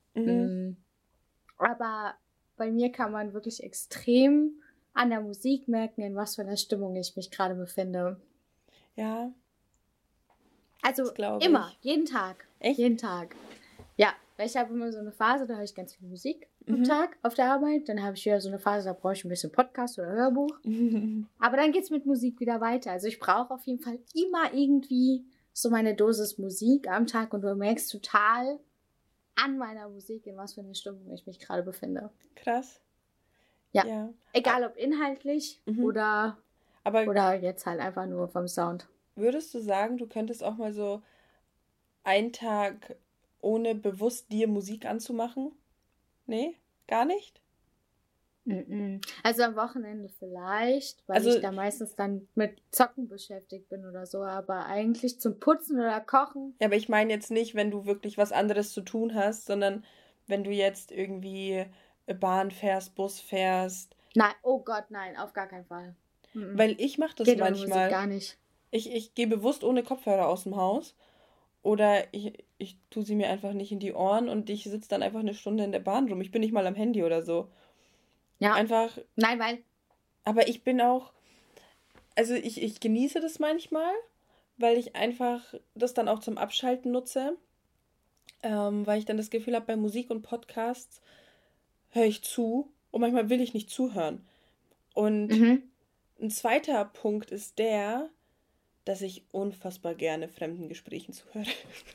Aber bei mir kann man wirklich extrem an der Musik merken, in was für einer Stimmung ich mich gerade befinde. Ja. Also immer, jeden Tag. Echt? Jeden Tag. Ja, weil ich habe immer so eine Phase, da höre ich ganz viel Musik am Tag auf der Arbeit. Dann habe ich wieder so eine Phase, da brauche ich ein bisschen Podcast oder Hörbuch. Aber dann geht es mit Musik wieder weiter. Also ich brauche auf jeden Fall immer irgendwie so meine Dosis Musik am Tag und du merkst total an meiner Musik, in was für eine Stimmung ich mich gerade befinde. Krass. Ja. Egal ob inhaltlich oder jetzt halt einfach nur vom Sound. Würdest du sagen, du könntest auch mal so einen Tag ohne bewusst dir Musik anzumachen? Nee? Gar nicht? Also am Wochenende vielleicht, weil ich da meistens dann mit Zocken beschäftigt bin oder so, aber eigentlich zum Putzen oder Kochen. Ja, aber ich meine jetzt nicht, wenn du wirklich was anderes zu tun hast, sondern wenn du jetzt irgendwie Bahn fährst, Bus fährst. Nein, oh Gott, nein, auf gar keinen Fall. Weil ich mache das manchmal. Musik gar nicht. Ich gehe bewusst ohne Kopfhörer aus dem Haus oder ich tue sie mir einfach nicht in die Ohren und ich sitze dann einfach eine Stunde in der Bahn rum. Ich bin nicht mal am Handy oder so. Ja. Einfach. Nein, weil. Aber ich bin auch. Also ich genieße das manchmal, weil ich einfach das dann auch zum Abschalten nutze, weil ich dann das Gefühl habe, bei Musik und Podcasts höre ich zu und manchmal will ich nicht zuhören. Und ein zweiter Punkt ist der, dass ich unfassbar gerne fremden Gesprächen zuhöre.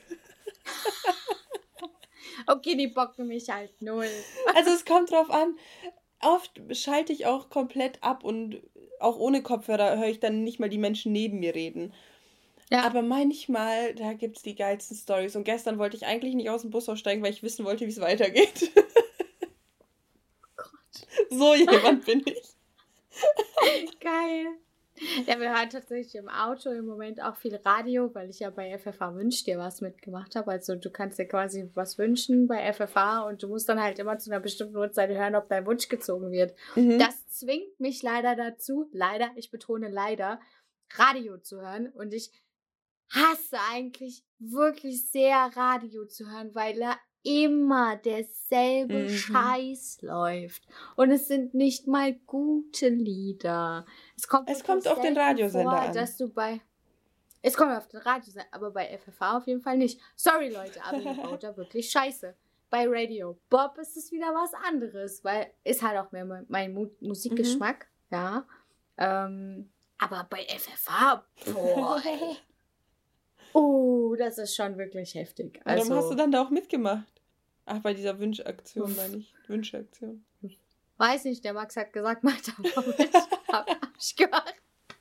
Okay, die bocken mich halt null. Also es kommt drauf an. Oft schalte ich auch komplett ab und auch ohne Kopfhörer höre ich dann nicht mal die Menschen neben mir reden. Ja. Aber manchmal, da gibt es die geilsten Storys. Und gestern wollte ich eigentlich nicht aus dem Bus aussteigen, weil ich wissen wollte, wie es weitergeht. Oh Gott. So jemand bin ich. Geil. Ja, wir hören tatsächlich im Auto im Moment auch viel Radio, weil ich ja bei FFH Wünsch dir was mitgemacht habe. Also du kannst dir quasi was wünschen bei FFH und du musst dann halt immer zu einer bestimmten Uhrzeit hören, ob dein Wunsch gezogen wird. Das zwingt mich leider dazu, ich betone leider, Radio zu hören. Und ich hasse eigentlich wirklich sehr Radio zu hören, weil da immer derselbe Scheiß läuft. Und es sind nicht mal gute Lieder. Es kommt auf den Radiosender an. Es kommt auf den Radiosender, aber bei FFH auf jeden Fall nicht. Sorry, Leute, aber ihr baut da wirklich Scheiße. Bei Radio Bob ist es wieder was anderes, weil ist halt auch mehr mein Musikgeschmack, ja. Aber bei FFH, boah, ey. Oh, das ist schon wirklich heftig. Warum hast du dann da auch mitgemacht? Ach, bei dieser Wünschaktion, meine ich. Wünschaktion. Weiß nicht, der Max hat gesagt, mach da mal mit. Hab ich gemacht.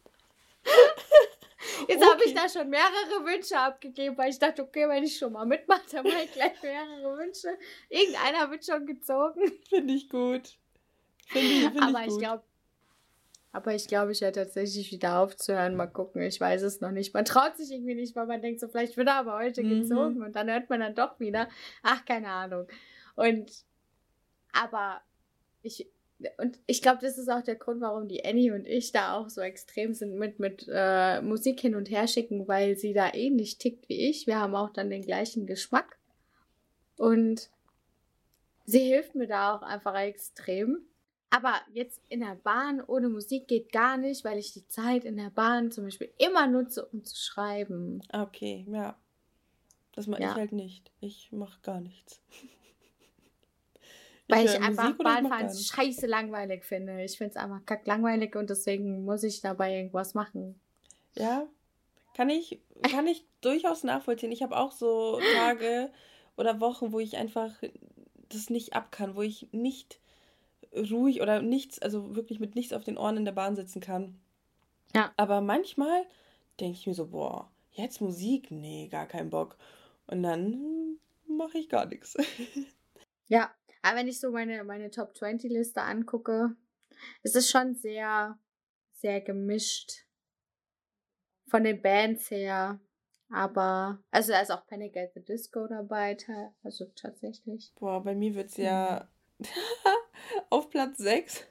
Jetzt habe ich da schon mehrere Wünsche abgegeben, weil ich dachte, okay, wenn ich schon mal mitmache, dann mache ich gleich mehrere Wünsche. Irgendeiner wird schon gezogen. Finde ich gut. Finde ich gut. Aber ich glaube, ich werde tatsächlich wieder aufzuhören. Mal gucken, ich weiß es noch nicht. Man traut sich irgendwie nicht, weil man denkt so, vielleicht wird er aber heute gezogen und dann hört man dann doch wieder. Ach, keine Ahnung. Aber ich glaube, das ist auch der Grund, warum die Annie und ich da auch so extrem sind mit Musik hin und her schicken, weil sie da ähnlich tickt wie ich. Wir haben auch dann den gleichen Geschmack. Und sie hilft mir da auch einfach extrem. Aber jetzt in der Bahn ohne Musik geht gar nicht, weil ich die Zeit in der Bahn zum Beispiel immer nutze, um zu schreiben. Okay, ja. Das mache ich halt nicht. Ich mache gar nichts. Weil ich einfach Bahnfahren scheiße langweilig finde. Ich finde es einfach kacklangweilig und deswegen muss ich dabei irgendwas machen. Ja, kann ich durchaus nachvollziehen. Ich habe auch so Tage oder Wochen, wo ich einfach das nicht ab kann, wo ich nicht ruhig oder nichts, also wirklich mit nichts auf den Ohren in der Bahn sitzen kann. Ja. Aber manchmal denke ich mir so, boah, jetzt Musik? Nee, gar keinen Bock. Und dann mache ich gar nichts. Ja, aber wenn ich so meine Top-20-Liste angucke, ist es schon sehr, sehr gemischt. Von den Bands her. Aber, also da ist auch Panic at the Disco dabei, also tatsächlich. Boah, bei mir wird es ja auf Platz 6.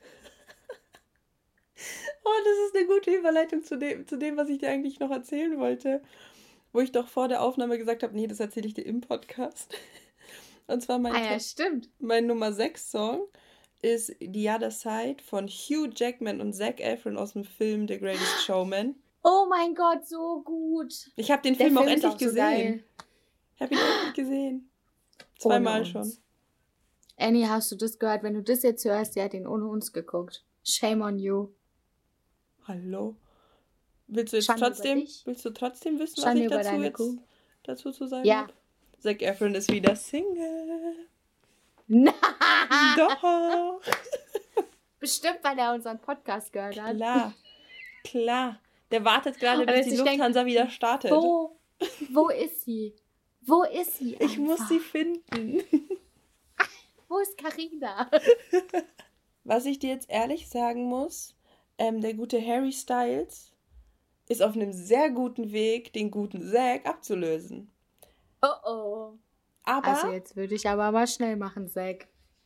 Oh, das ist eine gute Überleitung zu dem, was ich dir eigentlich noch erzählen wollte. Wo ich doch vor der Aufnahme gesagt habe, nee, das erzähle ich dir im Podcast. Und zwar mein Nummer 6 Song ist The Other Side von Hugh Jackman und Zac Efron aus dem Film The Greatest Showman. Oh mein Gott, so gut. Ich habe den Film auch endlich gesehen. Ich habe ihn endlich gesehen. 2-mal schon. Annie, hast du das gehört? Wenn du das jetzt hörst, die hat ihn ohne uns geguckt. Shame on you. Hallo? Willst du trotzdem wissen, was ich dazu zu sagen habe? Zac Efron ist wieder Single. Nein! Doch! Bestimmt, weil er unseren Podcast gehört hat. Klar. Der wartet gerade, bis die Lufthansa wieder startet. Wo ist sie? Wo ist sie? Ich muss sie finden. Wo ist Carina? Was ich dir jetzt ehrlich sagen muss, der gute Harry Styles ist auf einem sehr guten Weg, den guten Zac abzulösen. Oh. Also jetzt würde ich aber mal schnell machen, Zac.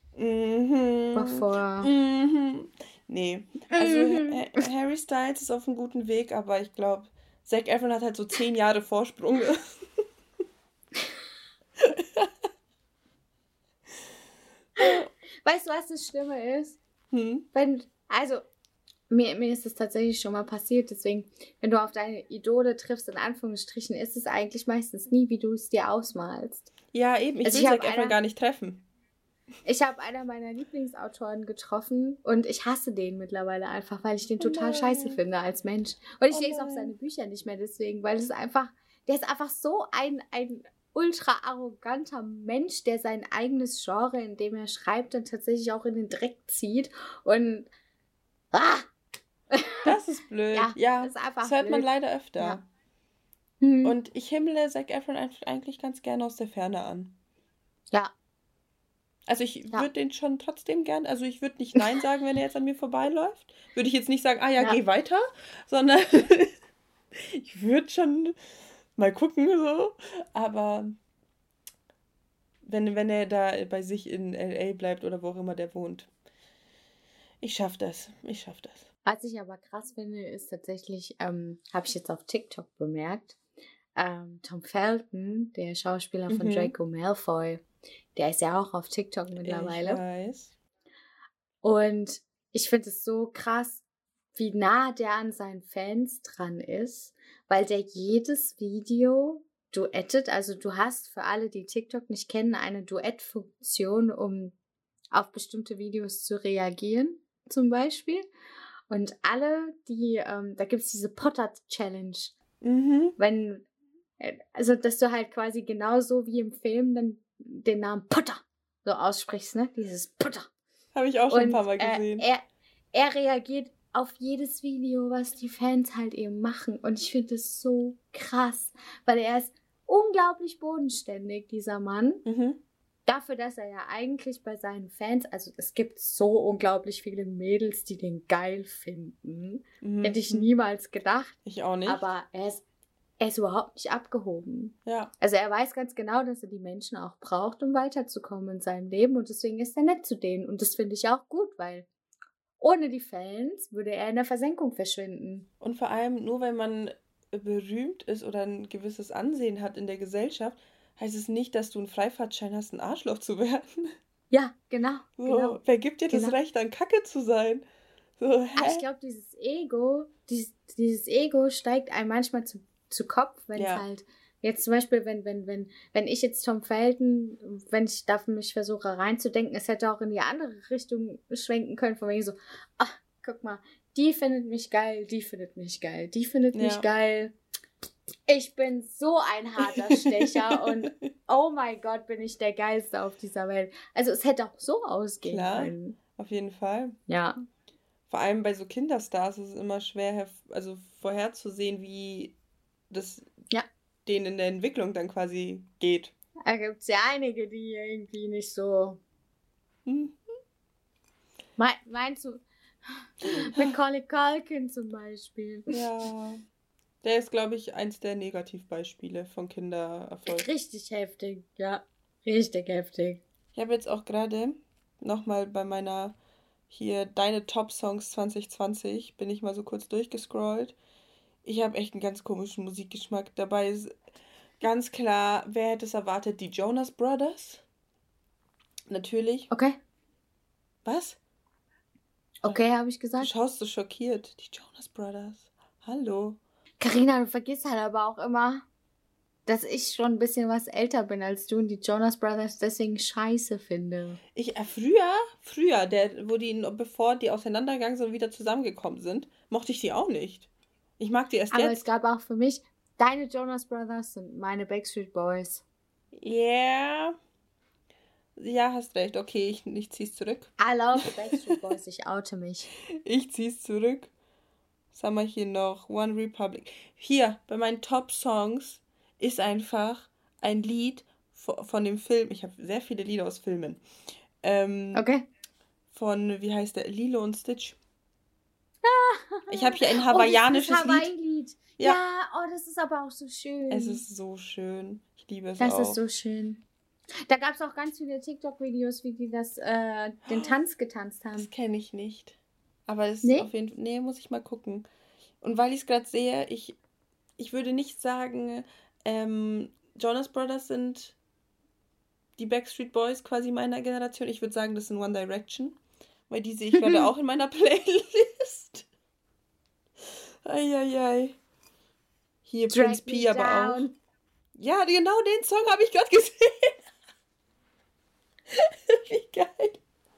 Bevor. Nee. Also Harry Styles ist auf einem guten Weg, aber ich glaube, Zac Efron hat halt so 10 Jahre Vorsprung. Weißt du, was das Schlimme ist? mir ist es tatsächlich schon mal passiert, deswegen, wenn du auf deine Idole triffst, in Anführungsstrichen, ist es eigentlich meistens nie, wie du es dir ausmalst. Ja, eben, ich will Zac Efron gar nicht treffen. Ich habe einer meiner Lieblingsautoren getroffen und ich hasse den mittlerweile einfach, weil ich den total scheiße finde als Mensch. Und ich lese auch seine Bücher nicht mehr deswegen, weil es einfach, der ist einfach so ein ultra arroganter Mensch, der sein eigenes Genre, in dem er schreibt, dann tatsächlich auch in den Dreck zieht. Und das ist blöd. Ja, das ist einfach das hört man leider öfter. Ja. Und ich himmle Zac Efron eigentlich ganz gerne aus der Ferne an. Ja. Also ich würde den schon trotzdem gern, also ich würde nicht Nein sagen, wenn er jetzt an mir vorbeiläuft. Würde ich jetzt nicht sagen, geh weiter, sondern ich würde schon mal gucken, so. Aber wenn er da bei sich in L.A. bleibt oder wo auch immer der wohnt, ich schaff das. Was ich aber krass finde, ist tatsächlich, habe ich jetzt auf TikTok bemerkt, Tom Felton, der Schauspieler von Draco Malfoy, der ist ja auch auf TikTok mittlerweile. Ich weiß. Und ich finde es so krass, wie nah der an seinen Fans dran ist, weil der jedes Video duettet. Also du hast für alle, die TikTok nicht kennen, eine Duettfunktion, um auf bestimmte Videos zu reagieren, zum Beispiel. Und alle, die, da gibt es diese Potter-Challenge. Also dass du halt quasi genauso wie im Film dann den Namen Potter so aussprichst, ne? Dieses Potter. Habe ich auch schon ein paar Mal gesehen. Er reagiert auf jedes Video, was die Fans halt eben machen. Und ich finde es so krass, weil er ist unglaublich bodenständig, dieser Mann. Dafür, dass er ja eigentlich bei seinen Fans, also es gibt so unglaublich viele Mädels, die den geil finden. Hätte ich niemals gedacht. Ich auch nicht. Aber er ist überhaupt nicht abgehoben. Ja. Also er weiß ganz genau, dass er die Menschen auch braucht, um weiterzukommen in seinem Leben. Und deswegen ist er nett zu denen. Und das finde ich auch gut, weil ohne die Fans würde er in der Versenkung verschwinden. Und vor allem nur, wenn man berühmt ist oder ein gewisses Ansehen hat in der Gesellschaft, heißt es nicht, dass du einen Freifahrtschein hast, ein Arschloch zu werden. Ja, genau. So, genau. Wer gibt dir das Recht, an Kacke zu sein? So, aber ich glaube, dieses Ego steigt einem manchmal zu Kopf, wenn es halt, jetzt zum Beispiel, wenn ich jetzt Tom Felton, wenn ich da mich versuche reinzudenken, es hätte auch in die andere Richtung schwenken können, von wegen so, ach, guck mal, die findet mich geil, die findet mich geil, die findet mich geil. Ich bin so ein harter Stecher und oh mein Gott, bin ich der Geilste auf dieser Welt. Also es hätte auch so ausgehen können. Auf jeden Fall. Ja. Vor allem bei so Kinderstars ist es immer schwer, also vorherzusehen, wie das denen in der Entwicklung dann quasi geht. Da gibt es ja einige, die irgendwie nicht so... Meinst du Macaulay Culkin zum Beispiel? Ja, der ist, glaube ich, eins der Negativbeispiele von Kindererfolg. Richtig heftig, ja. Richtig heftig. Ich habe jetzt auch gerade nochmal bei meiner hier Deine Top-Songs 2020 bin ich mal so kurz durchgescrollt. Ich habe echt einen ganz komischen Musikgeschmack. Dabei ist ganz klar, wer hätte es erwartet? Die Jonas Brothers. Natürlich. Okay. Was? Okay, habe ich gesagt. Du schaust so schockiert. Die Jonas Brothers. Hallo. Carina, du vergisst halt aber auch immer, dass ich schon ein bisschen was älter bin als du und die Jonas Brothers deswegen scheiße finde. Früher, bevor die auseinandergegangen sind und wieder zusammengekommen sind, mochte ich die auch nicht. Ich mag die erst aber jetzt. Aber es gab auch für mich, deine Jonas Brothers sind meine Backstreet Boys. Yeah. Ja, hast recht. Okay, ich zieh's zurück. I love the Backstreet Boys, ich oute mich. Ich zieh's zurück. Was haben wir hier noch? One Republic. Hier, bei meinen Top-Songs ist einfach ein Lied von dem Film. Ich habe sehr viele Lieder aus Filmen. Okay. Von, wie heißt der? Lilo und Stitch. Ich habe hier ein hawaiianisches Lied. Ja, das ist aber auch so schön. Es ist so schön. Ich liebe es das auch. Das ist so schön. Da gab es auch ganz viele TikTok-Videos, wie die den Tanz getanzt haben. Das kenne ich nicht. Aber es ist auf jeden Fall... Nee, muss ich mal gucken. Und weil ich es gerade sehe, ich würde nicht sagen, Jonas Brothers sind die Backstreet Boys quasi meiner Generation. Ich würde sagen, das sind One Direction. Weil die sehe ich gerade auch in meiner Playlist. Eieiei. Hier Drag Prince P me aber auch. down. Ja, genau den Song habe ich gerade gesehen. Wie geil.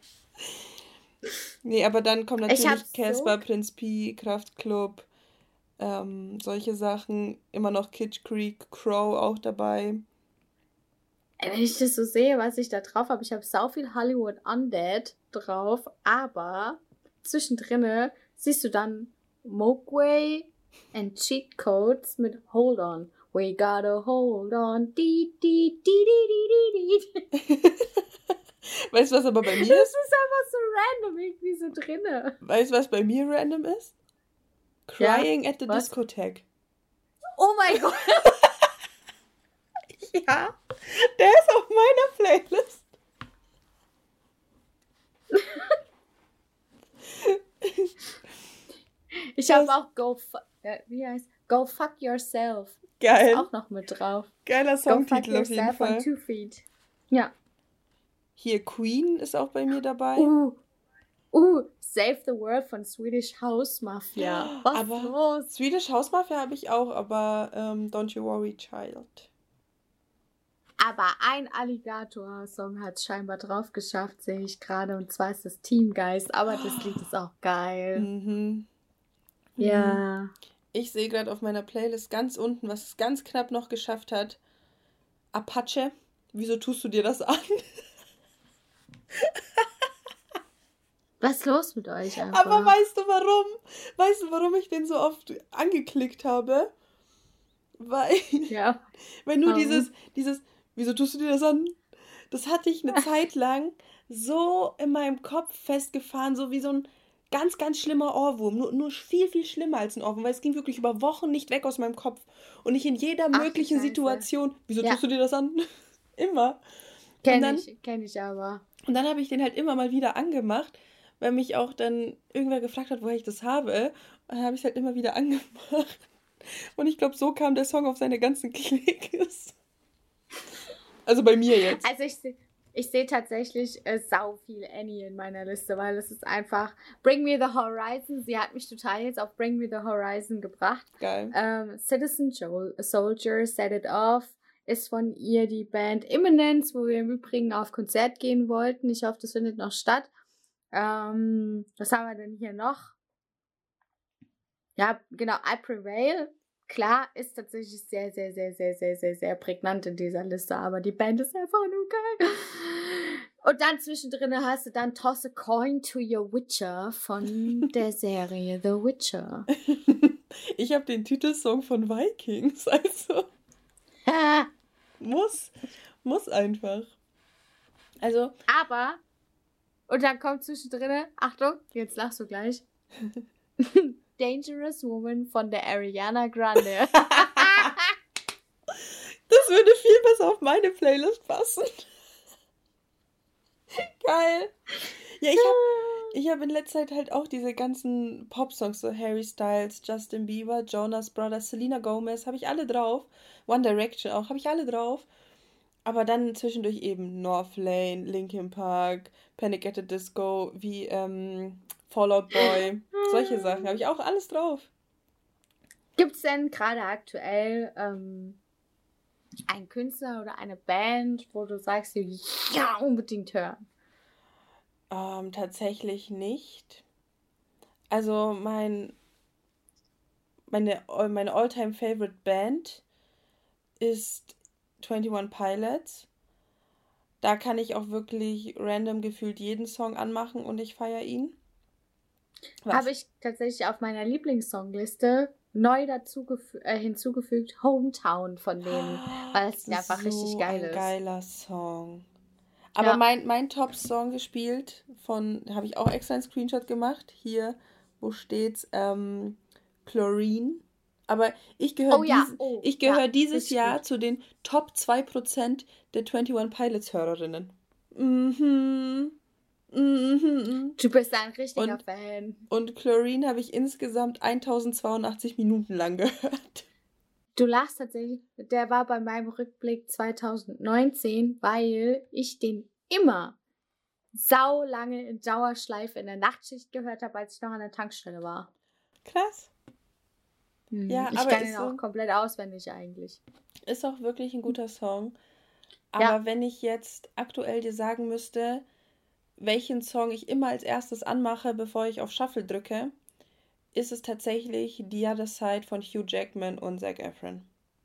Nee, aber dann kommt Ich natürlich hab's Casper, so. Prince P, Kraftklub, solche Sachen. Immer noch Kitsch Creek, Crow auch dabei. Wenn ich das so sehe, was ich da drauf habe, ich habe sau viel Hollywood Undead drauf, aber zwischendrin siehst du dann Mogwai and Cheat Codes mit Hold On. We gotta hold on. Di, di, di, di, di, di, di. Weißt du, was aber bei mir Das ist? ist einfach so random irgendwie so drinne. Weißt du, was bei mir random ist? Ja? Crying at the Was? Discotheque. Oh mein Gott. Ja, der ist auf meiner Playlist. Ich habe auch Go Fuck Yourself. Geil. Ist auch noch mit drauf. Geiler Go Fuck Songtitel auf jeden Yourself on Fall. 2 Feet. Ja. Hier Queen ist auch bei mir dabei. Save the World von Swedish House Mafia. Was Aber los? Swedish House Mafia habe ich auch, aber Don't You Worry Child. Aber ein Alligator-Song hat es scheinbar drauf geschafft, sehe ich gerade. Und zwar ist das Teamgeist. Aber das Lied ist auch geil. Mhm. Ja. Ich sehe gerade auf meiner Playlist ganz unten, was es ganz knapp noch geschafft hat. Apache. Wieso tust du dir das an? Was ist los mit euch einfach? Aber weißt du warum? Weißt du, warum ich den so oft angeklickt habe? Weil nur dieses, wieso tust du dir das an? Das hatte ich eine Zeit lang so in meinem Kopf festgefahren, so wie so ein ganz, ganz schlimmer Ohrwurm. Nur viel, viel schlimmer als ein Ohrwurm, weil es ging wirklich über Wochen nicht weg aus meinem Kopf. Und ich in jeder möglichen Situation, wieso tust du dir das an? Immer. Kenn ich aber. Und dann habe ich den halt immer mal wieder angemacht, weil mich auch dann irgendwer gefragt hat, woher ich das habe. Und dann habe ich es halt immer wieder angemacht. Und ich glaube, so kam der Song auf seine ganzen Klicks. Also bei mir jetzt. Also ich sehe tatsächlich sau viel Annie in meiner Liste, weil es ist einfach Bring Me the Horizon. Sie hat mich total jetzt auf Bring Me the Horizon gebracht. Geil. Citizen Soldier, Set It Off ist von ihr die Band Imminence, wo wir im Übrigen auf Konzert gehen wollten. Ich hoffe, das findet noch statt. Was haben wir denn hier noch? Ja, genau, I Prevail. Klar, ist tatsächlich sehr, sehr, sehr, sehr, sehr, sehr, sehr prägnant in dieser Liste, aber die Band ist einfach nur geil. Und dann zwischendrin hast du dann Toss a Coin to Your Witcher von der Serie The Witcher. Ich habe den Titelsong von Vikings, also muss einfach. Also. Aber, und dann kommt zwischendrin, Achtung, jetzt lachst du gleich, Dangerous Woman von der Ariana Grande. Das würde viel besser auf meine Playlist passen. Geil. Ja, ich hab in letzter Zeit halt auch diese ganzen Pop-Songs, so Harry Styles, Justin Bieber, Jonas Brothers, Selena Gomez, habe ich alle drauf. One Direction auch, habe ich alle drauf. Aber dann zwischendurch eben Northlane, Linkin Park, Panic at the Disco, wie Fall Out Boy, solche Sachen, habe ich auch alles drauf. Gibt es denn gerade aktuell einen Künstler oder eine Band, wo du sagst, ja, unbedingt hören? Tatsächlich nicht. Also meine All-Time Favorite Band ist 21 Pilots. Da kann ich auch wirklich random gefühlt jeden Song anmachen und ich feiere ihn. Habe ich tatsächlich auf meiner Lieblingssongliste neu hinzugefügt, Hometown von denen, weil es einfach richtig geil ist. Geiler Song. Aber mein Top-Song gespielt da habe ich auch extra einen Screenshot gemacht. Hier, wo steht's? Chlorine. Aber ich gehöre dieses Jahr zu den Top 2% der 21 Pilots Hörerinnen. Du bist ein richtiger Fan. Und Chlorine habe ich insgesamt 1082 Minuten lang gehört. Du lachst tatsächlich, der war bei meinem Rückblick 2019, weil ich den immer sau lange in Dauerschleife in der Nachtschicht gehört habe, als ich noch an der Tankstelle war. Krass. Ja, Ich aber kann ihn auch komplett auswendig eigentlich. Ist auch wirklich ein guter Song. Aber wenn ich jetzt aktuell dir sagen müsste, welchen Song ich immer als erstes anmache, bevor ich auf Shuffle drücke, ist es tatsächlich The Other Side von Hugh Jackman und Zac Efron.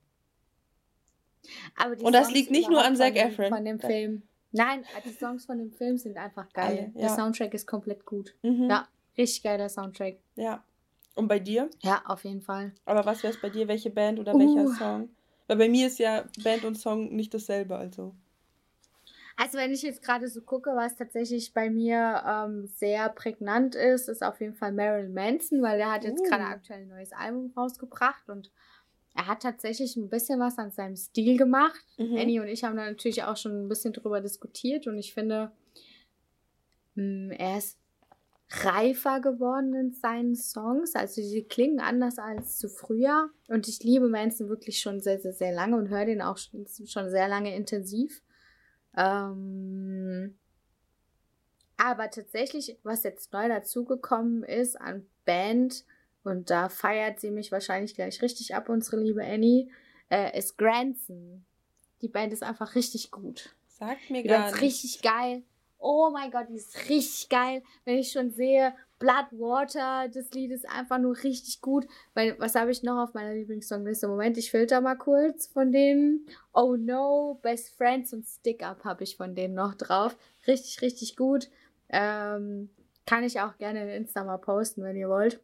Aber die Und das Songs liegt nicht nur an Zac Efron. Von dem Film. Nein, die Songs von dem Film sind einfach geil. Alle, ja. Der Soundtrack ist komplett gut. Mhm. Ja, richtig geiler Soundtrack. Ja. Und bei dir? Ja, auf jeden Fall. Aber was wäre es bei dir? Welche Band oder welcher Song? Weil bei mir ist ja Band und Song nicht dasselbe, also. Also wenn ich jetzt gerade so gucke, was tatsächlich bei mir sehr prägnant ist auf jeden Fall Marilyn Manson, weil der hat jetzt gerade aktuell ein neues Album rausgebracht und er hat tatsächlich ein bisschen was an seinem Stil gemacht. Annie und ich haben da natürlich auch schon ein bisschen drüber diskutiert und ich finde, er ist reifer geworden in seinen Songs. Also sie klingen anders als zu früher und ich liebe Manson wirklich schon sehr, sehr, sehr lange und höre den auch schon sehr lange intensiv. Aber tatsächlich, was jetzt neu dazugekommen ist an Band, und da feiert sie mich wahrscheinlich gleich richtig ab, unsere liebe Annie, ist Grandson. Die Band ist einfach richtig gut. Sagt mir die gar Band ist nichts. richtig geil. Oh mein Gott, die ist richtig geil. Wenn ich schon sehe, Bloodwater, das Lied ist einfach nur richtig gut. Weil, was habe ich noch auf meiner Lieblingssongliste? Moment, ich filter mal kurz von denen. Oh No, Best Friends und Stick Up habe ich von denen noch drauf. Richtig, richtig gut. Kann ich auch gerne in Insta mal posten, wenn ihr wollt.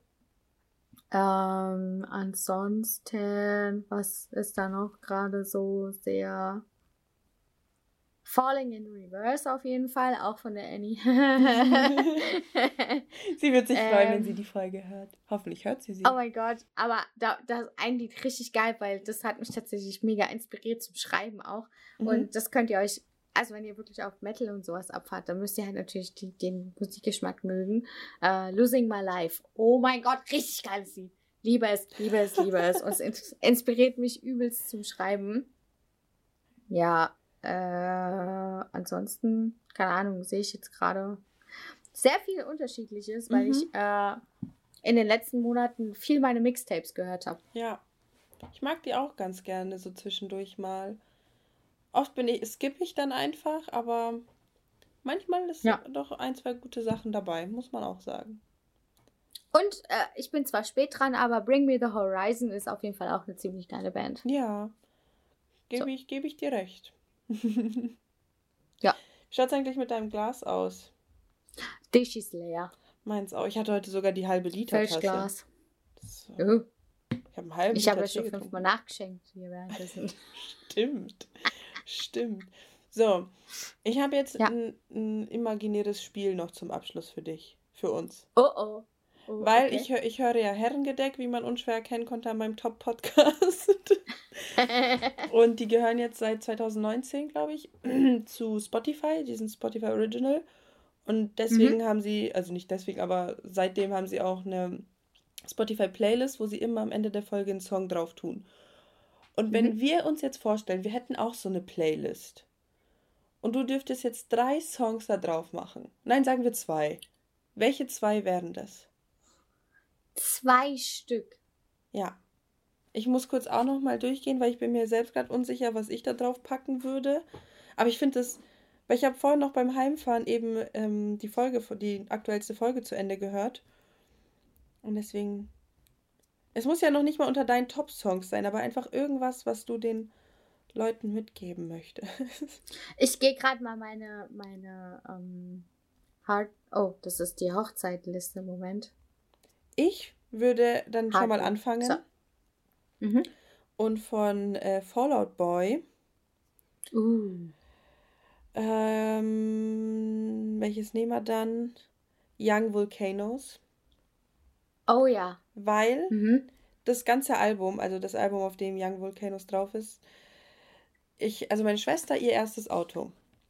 Ansonsten, was ist da noch gerade so sehr... Falling in Reverse auf jeden Fall, auch von der Annie. Sie wird sich freuen, wenn sie die Folge hört. Hoffentlich hört sie. Oh mein Gott, aber das ist ein Lied richtig geil, weil das hat mich tatsächlich mega inspiriert zum Schreiben auch. Und das könnt ihr euch, also wenn ihr wirklich auf Metal und sowas abfahrt, dann müsst ihr halt natürlich den Musikgeschmack mögen. Losing My Life. Oh mein Gott, richtig geiles Lied. Liebe es, liebe es, liebe es. Und es inspiriert mich übelst zum Schreiben. Ja, ansonsten, keine Ahnung, sehe ich jetzt gerade sehr viel Unterschiedliches, weil ich in den letzten Monaten viel meine Mixtapes gehört habe. Ja, ich mag die auch ganz gerne so zwischendurch mal. Oft skippe ich dann einfach, aber manchmal ist doch ein, zwei gute Sachen dabei, muss man auch sagen. Und ich bin zwar spät dran, aber Bring Me the Horizon ist auf jeden Fall auch eine ziemlich geile Band. Ja, gebe ich dir recht. Ja. Wie schaut es eigentlich mit deinem Glas aus? Dich ist leer. Meins auch. Ich hatte heute sogar die halbe Liter Tasse. Glas. So. Ich habe einen halben Liter. Ich habe ja schon 5-mal nachgeschenkt hier währenddessen. Stimmt. So, ich habe jetzt ein imaginäres Spiel noch zum Abschluss für dich, für uns. Oh, weil okay. ich höre ja Herrengedeck, wie man unschwer erkennen konnte an meinem Top-Podcast. Und die gehören jetzt seit 2019, glaube ich, zu Spotify, diesen Spotify Original. Und deswegen haben sie, also nicht deswegen, aber seitdem haben sie auch eine Spotify-Playlist, wo sie immer am Ende der Folge einen Song drauf tun. Und wenn wir uns jetzt vorstellen, wir hätten auch so eine Playlist und du dürftest jetzt 3 Songs da drauf machen. Nein, sagen wir 2. Welche 2 wären das? 2 Stück. Ja. Ich muss kurz auch noch mal durchgehen, weil ich bin mir selbst gerade unsicher, was ich da drauf packen würde. Aber ich finde das, weil ich habe vorhin noch beim Heimfahren eben die aktuellste Folge zu Ende gehört. Und deswegen, es muss ja noch nicht mal unter deinen Top-Songs sein, aber einfach irgendwas, was du den Leuten mitgeben möchtest. Ich gehe gerade mal meine das ist die Hochzeitliste im Moment. Ich würde dann schon mal anfangen. So. Und von Fall Out Boy. Welches nehmen wir dann? Young Volcanoes. Oh ja. Weil das ganze Album, also das Album, auf dem Young Volcanoes drauf ist, also meine Schwester, ihr erstes Auto.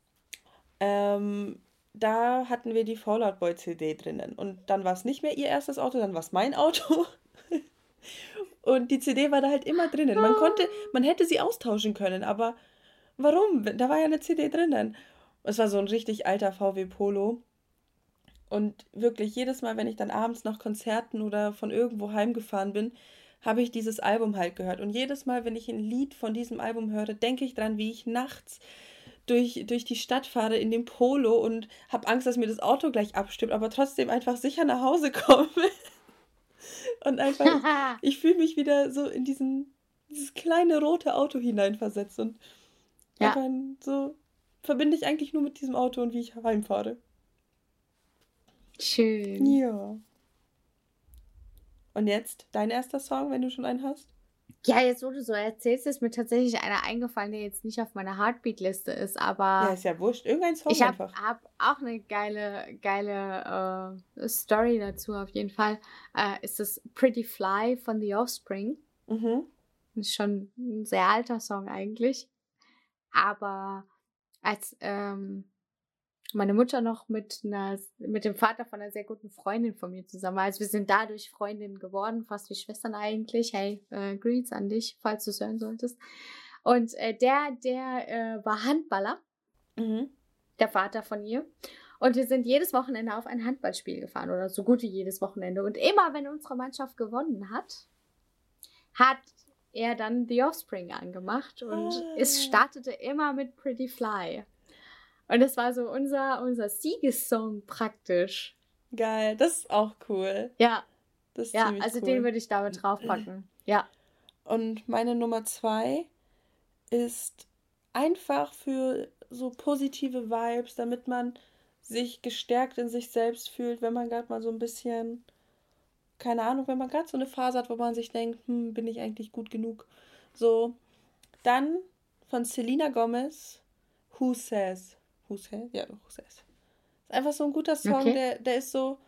Da hatten wir die Fall Out Boy CD drinnen. Und dann war es nicht mehr ihr erstes Auto, dann war es mein Auto. Und die CD war da halt immer drinnen. Man hätte sie austauschen können, aber warum? Da war ja eine CD drinnen. Es war so ein richtig alter VW Polo. Und wirklich jedes Mal, wenn ich dann abends nach Konzerten oder von irgendwo heimgefahren bin, habe ich dieses Album halt gehört. Und jedes Mal, wenn ich ein Lied von diesem Album höre, denke ich dran, wie ich nachts durch die Stadt fahre in dem Polo und habe Angst, dass mir das Auto gleich abstimmt, aber trotzdem einfach sicher nach Hause komme. Und einfach, ich fühle mich wieder so in dieses kleine rote Auto hineinversetzt. Und einfach so verbinde ich eigentlich nur mit diesem Auto und wie ich heimfahre. Schön. Ja. Und jetzt dein erster Song, wenn du schon einen hast? Ja, jetzt wo du so erzählst, ist mir tatsächlich einer eingefallen, der jetzt nicht auf meiner Heartbeat-Liste ist, aber... Ja, ist ja wurscht. Irgendein Song einfach. Ich habe auch eine geile Story dazu auf jeden Fall. Ist das Pretty Fly von The Offspring. Ist schon ein sehr alter Song eigentlich. Aber als meine Mutter noch mit dem Vater von einer sehr guten Freundin von mir zusammen war, also wir sind dadurch Freundinnen geworden, fast wie Schwestern eigentlich. Hey, Greets an dich, falls du es hören solltest. Und der war Handballer, der Vater von ihr. Und wir sind jedes Wochenende auf ein Handballspiel gefahren oder so gut wie jedes Wochenende. Und immer, wenn unsere Mannschaft gewonnen hat er dann The Offspring angemacht und es startete immer mit Pretty Fly. Und das war so unser Siegessong praktisch. Geil, das ist auch cool. Ja, das ist ziemlich also cool. Den würde ich damit draufpacken. Ja. Und meine Nummer 2 ist einfach für so positive Vibes, damit man sich gestärkt in sich selbst fühlt, wenn man gerade mal so ein bisschen, keine Ahnung, wenn man gerade so eine Phase hat, wo man sich denkt, bin ich eigentlich gut genug? So, dann von Selena Gomez, Who Says? Who Says? Ja, Who Says. Ist einfach so ein guter Song, okay. Der ist so,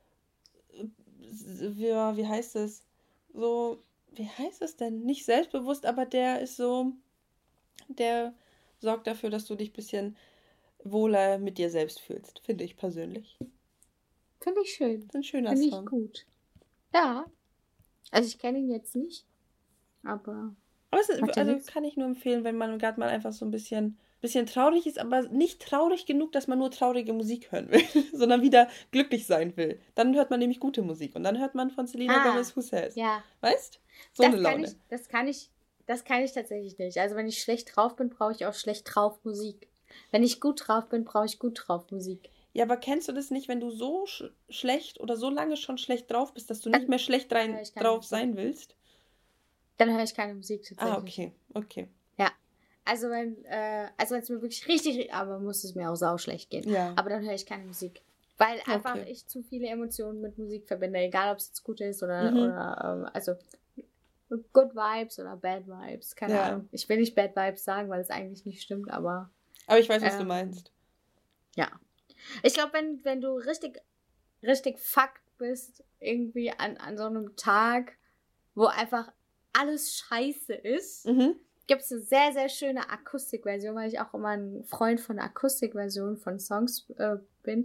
wie heißt es? So, wie heißt es denn? Nicht selbstbewusst, aber der ist so, der sorgt dafür, dass du dich ein bisschen wohler mit dir selbst fühlst, finde ich persönlich. Finde ich schön. Das ist ein schöner Song. Finde ich gut. Ja. Also ich kenne ihn jetzt nicht, aber also kann ich nur empfehlen, wenn man gerade mal einfach so ein bisschen traurig ist, aber nicht traurig genug, dass man nur traurige Musik hören will, sondern wieder glücklich sein will. Dann hört man nämlich gute Musik und dann hört man von Selena Gomez Who Says. Ja. Weißt? So eine Laune. Das kann ich tatsächlich nicht. Also wenn ich schlecht drauf bin, brauche ich auch schlecht drauf Musik. Wenn ich gut drauf bin, brauche ich gut drauf Musik. Ja, aber kennst du das nicht, wenn du so schlecht oder so lange schon schlecht drauf bist, dass du nicht mehr schlecht drauf sein willst? Dann höre ich keine Musik tatsächlich. Okay. Ja. Also wenn es mir wirklich richtig, aber muss es mir auch sau schlecht gehen. Ja. Aber dann höre ich keine Musik. Weil einfach ich zu viele Emotionen mit Musik verbinde, egal ob es jetzt gut ist oder also Good Vibes oder Bad Vibes, keine Ahnung. Ich will nicht Bad Vibes sagen, weil es eigentlich nicht stimmt, aber ich weiß, was du meinst. Ja. Ich glaube, wenn du richtig fucked bist, irgendwie an so einem Tag, wo einfach alles scheiße ist, gibt es eine sehr, sehr schöne Akustikversion, weil ich auch immer ein Freund von Akustikversionen von Songs bin.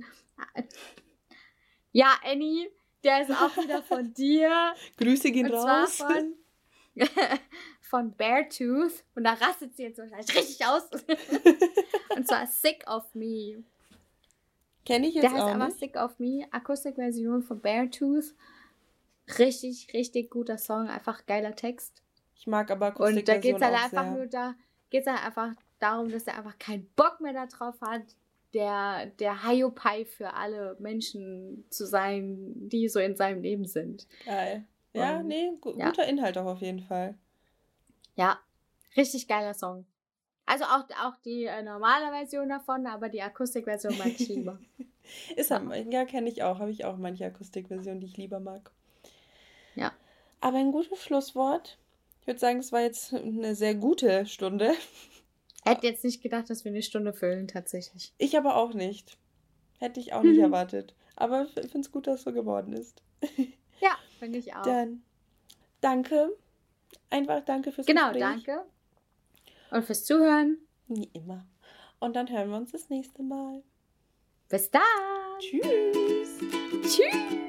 Ja, Annie, der ist auch wieder von dir. Grüße gehen raus. Zwar von Beartooth. Und da rastet sie jetzt wahrscheinlich richtig aus. Und zwar Sick of Me. Kenne ich jetzt auch nicht. Der heißt aber Sick of Me, Akustikversion von Beartooth. Richtig, richtig guter Song, einfach geiler Text. Ich mag aber Akustikversion und da geht's halt auch geht's halt einfach darum, dass er einfach keinen Bock mehr darauf hat, der Hiopai für alle Menschen zu sein, die so in seinem Leben sind. Geil. Ja, guter Inhalt auch auf jeden Fall. Ja, richtig geiler Song. Also auch die normale Version davon, aber die Akustikversion mag ich lieber. Kenne ich auch. Habe ich auch manche Akustikversionen, die ich lieber mag. Ja. Aber ein gutes Schlusswort. Ich würde sagen, es war jetzt eine sehr gute Stunde. Hätte jetzt nicht gedacht, dass wir eine Stunde füllen, tatsächlich. Ich aber auch nicht. Hätte ich auch nicht erwartet. Aber ich finde es gut, dass es so geworden ist. Ja, finde ich auch. Dann danke. Einfach danke fürs Gespräch. Genau, danke. Und fürs Zuhören. Wie immer. Und dann hören wir uns das nächste Mal. Bis dann. Tschüss. Tschüss.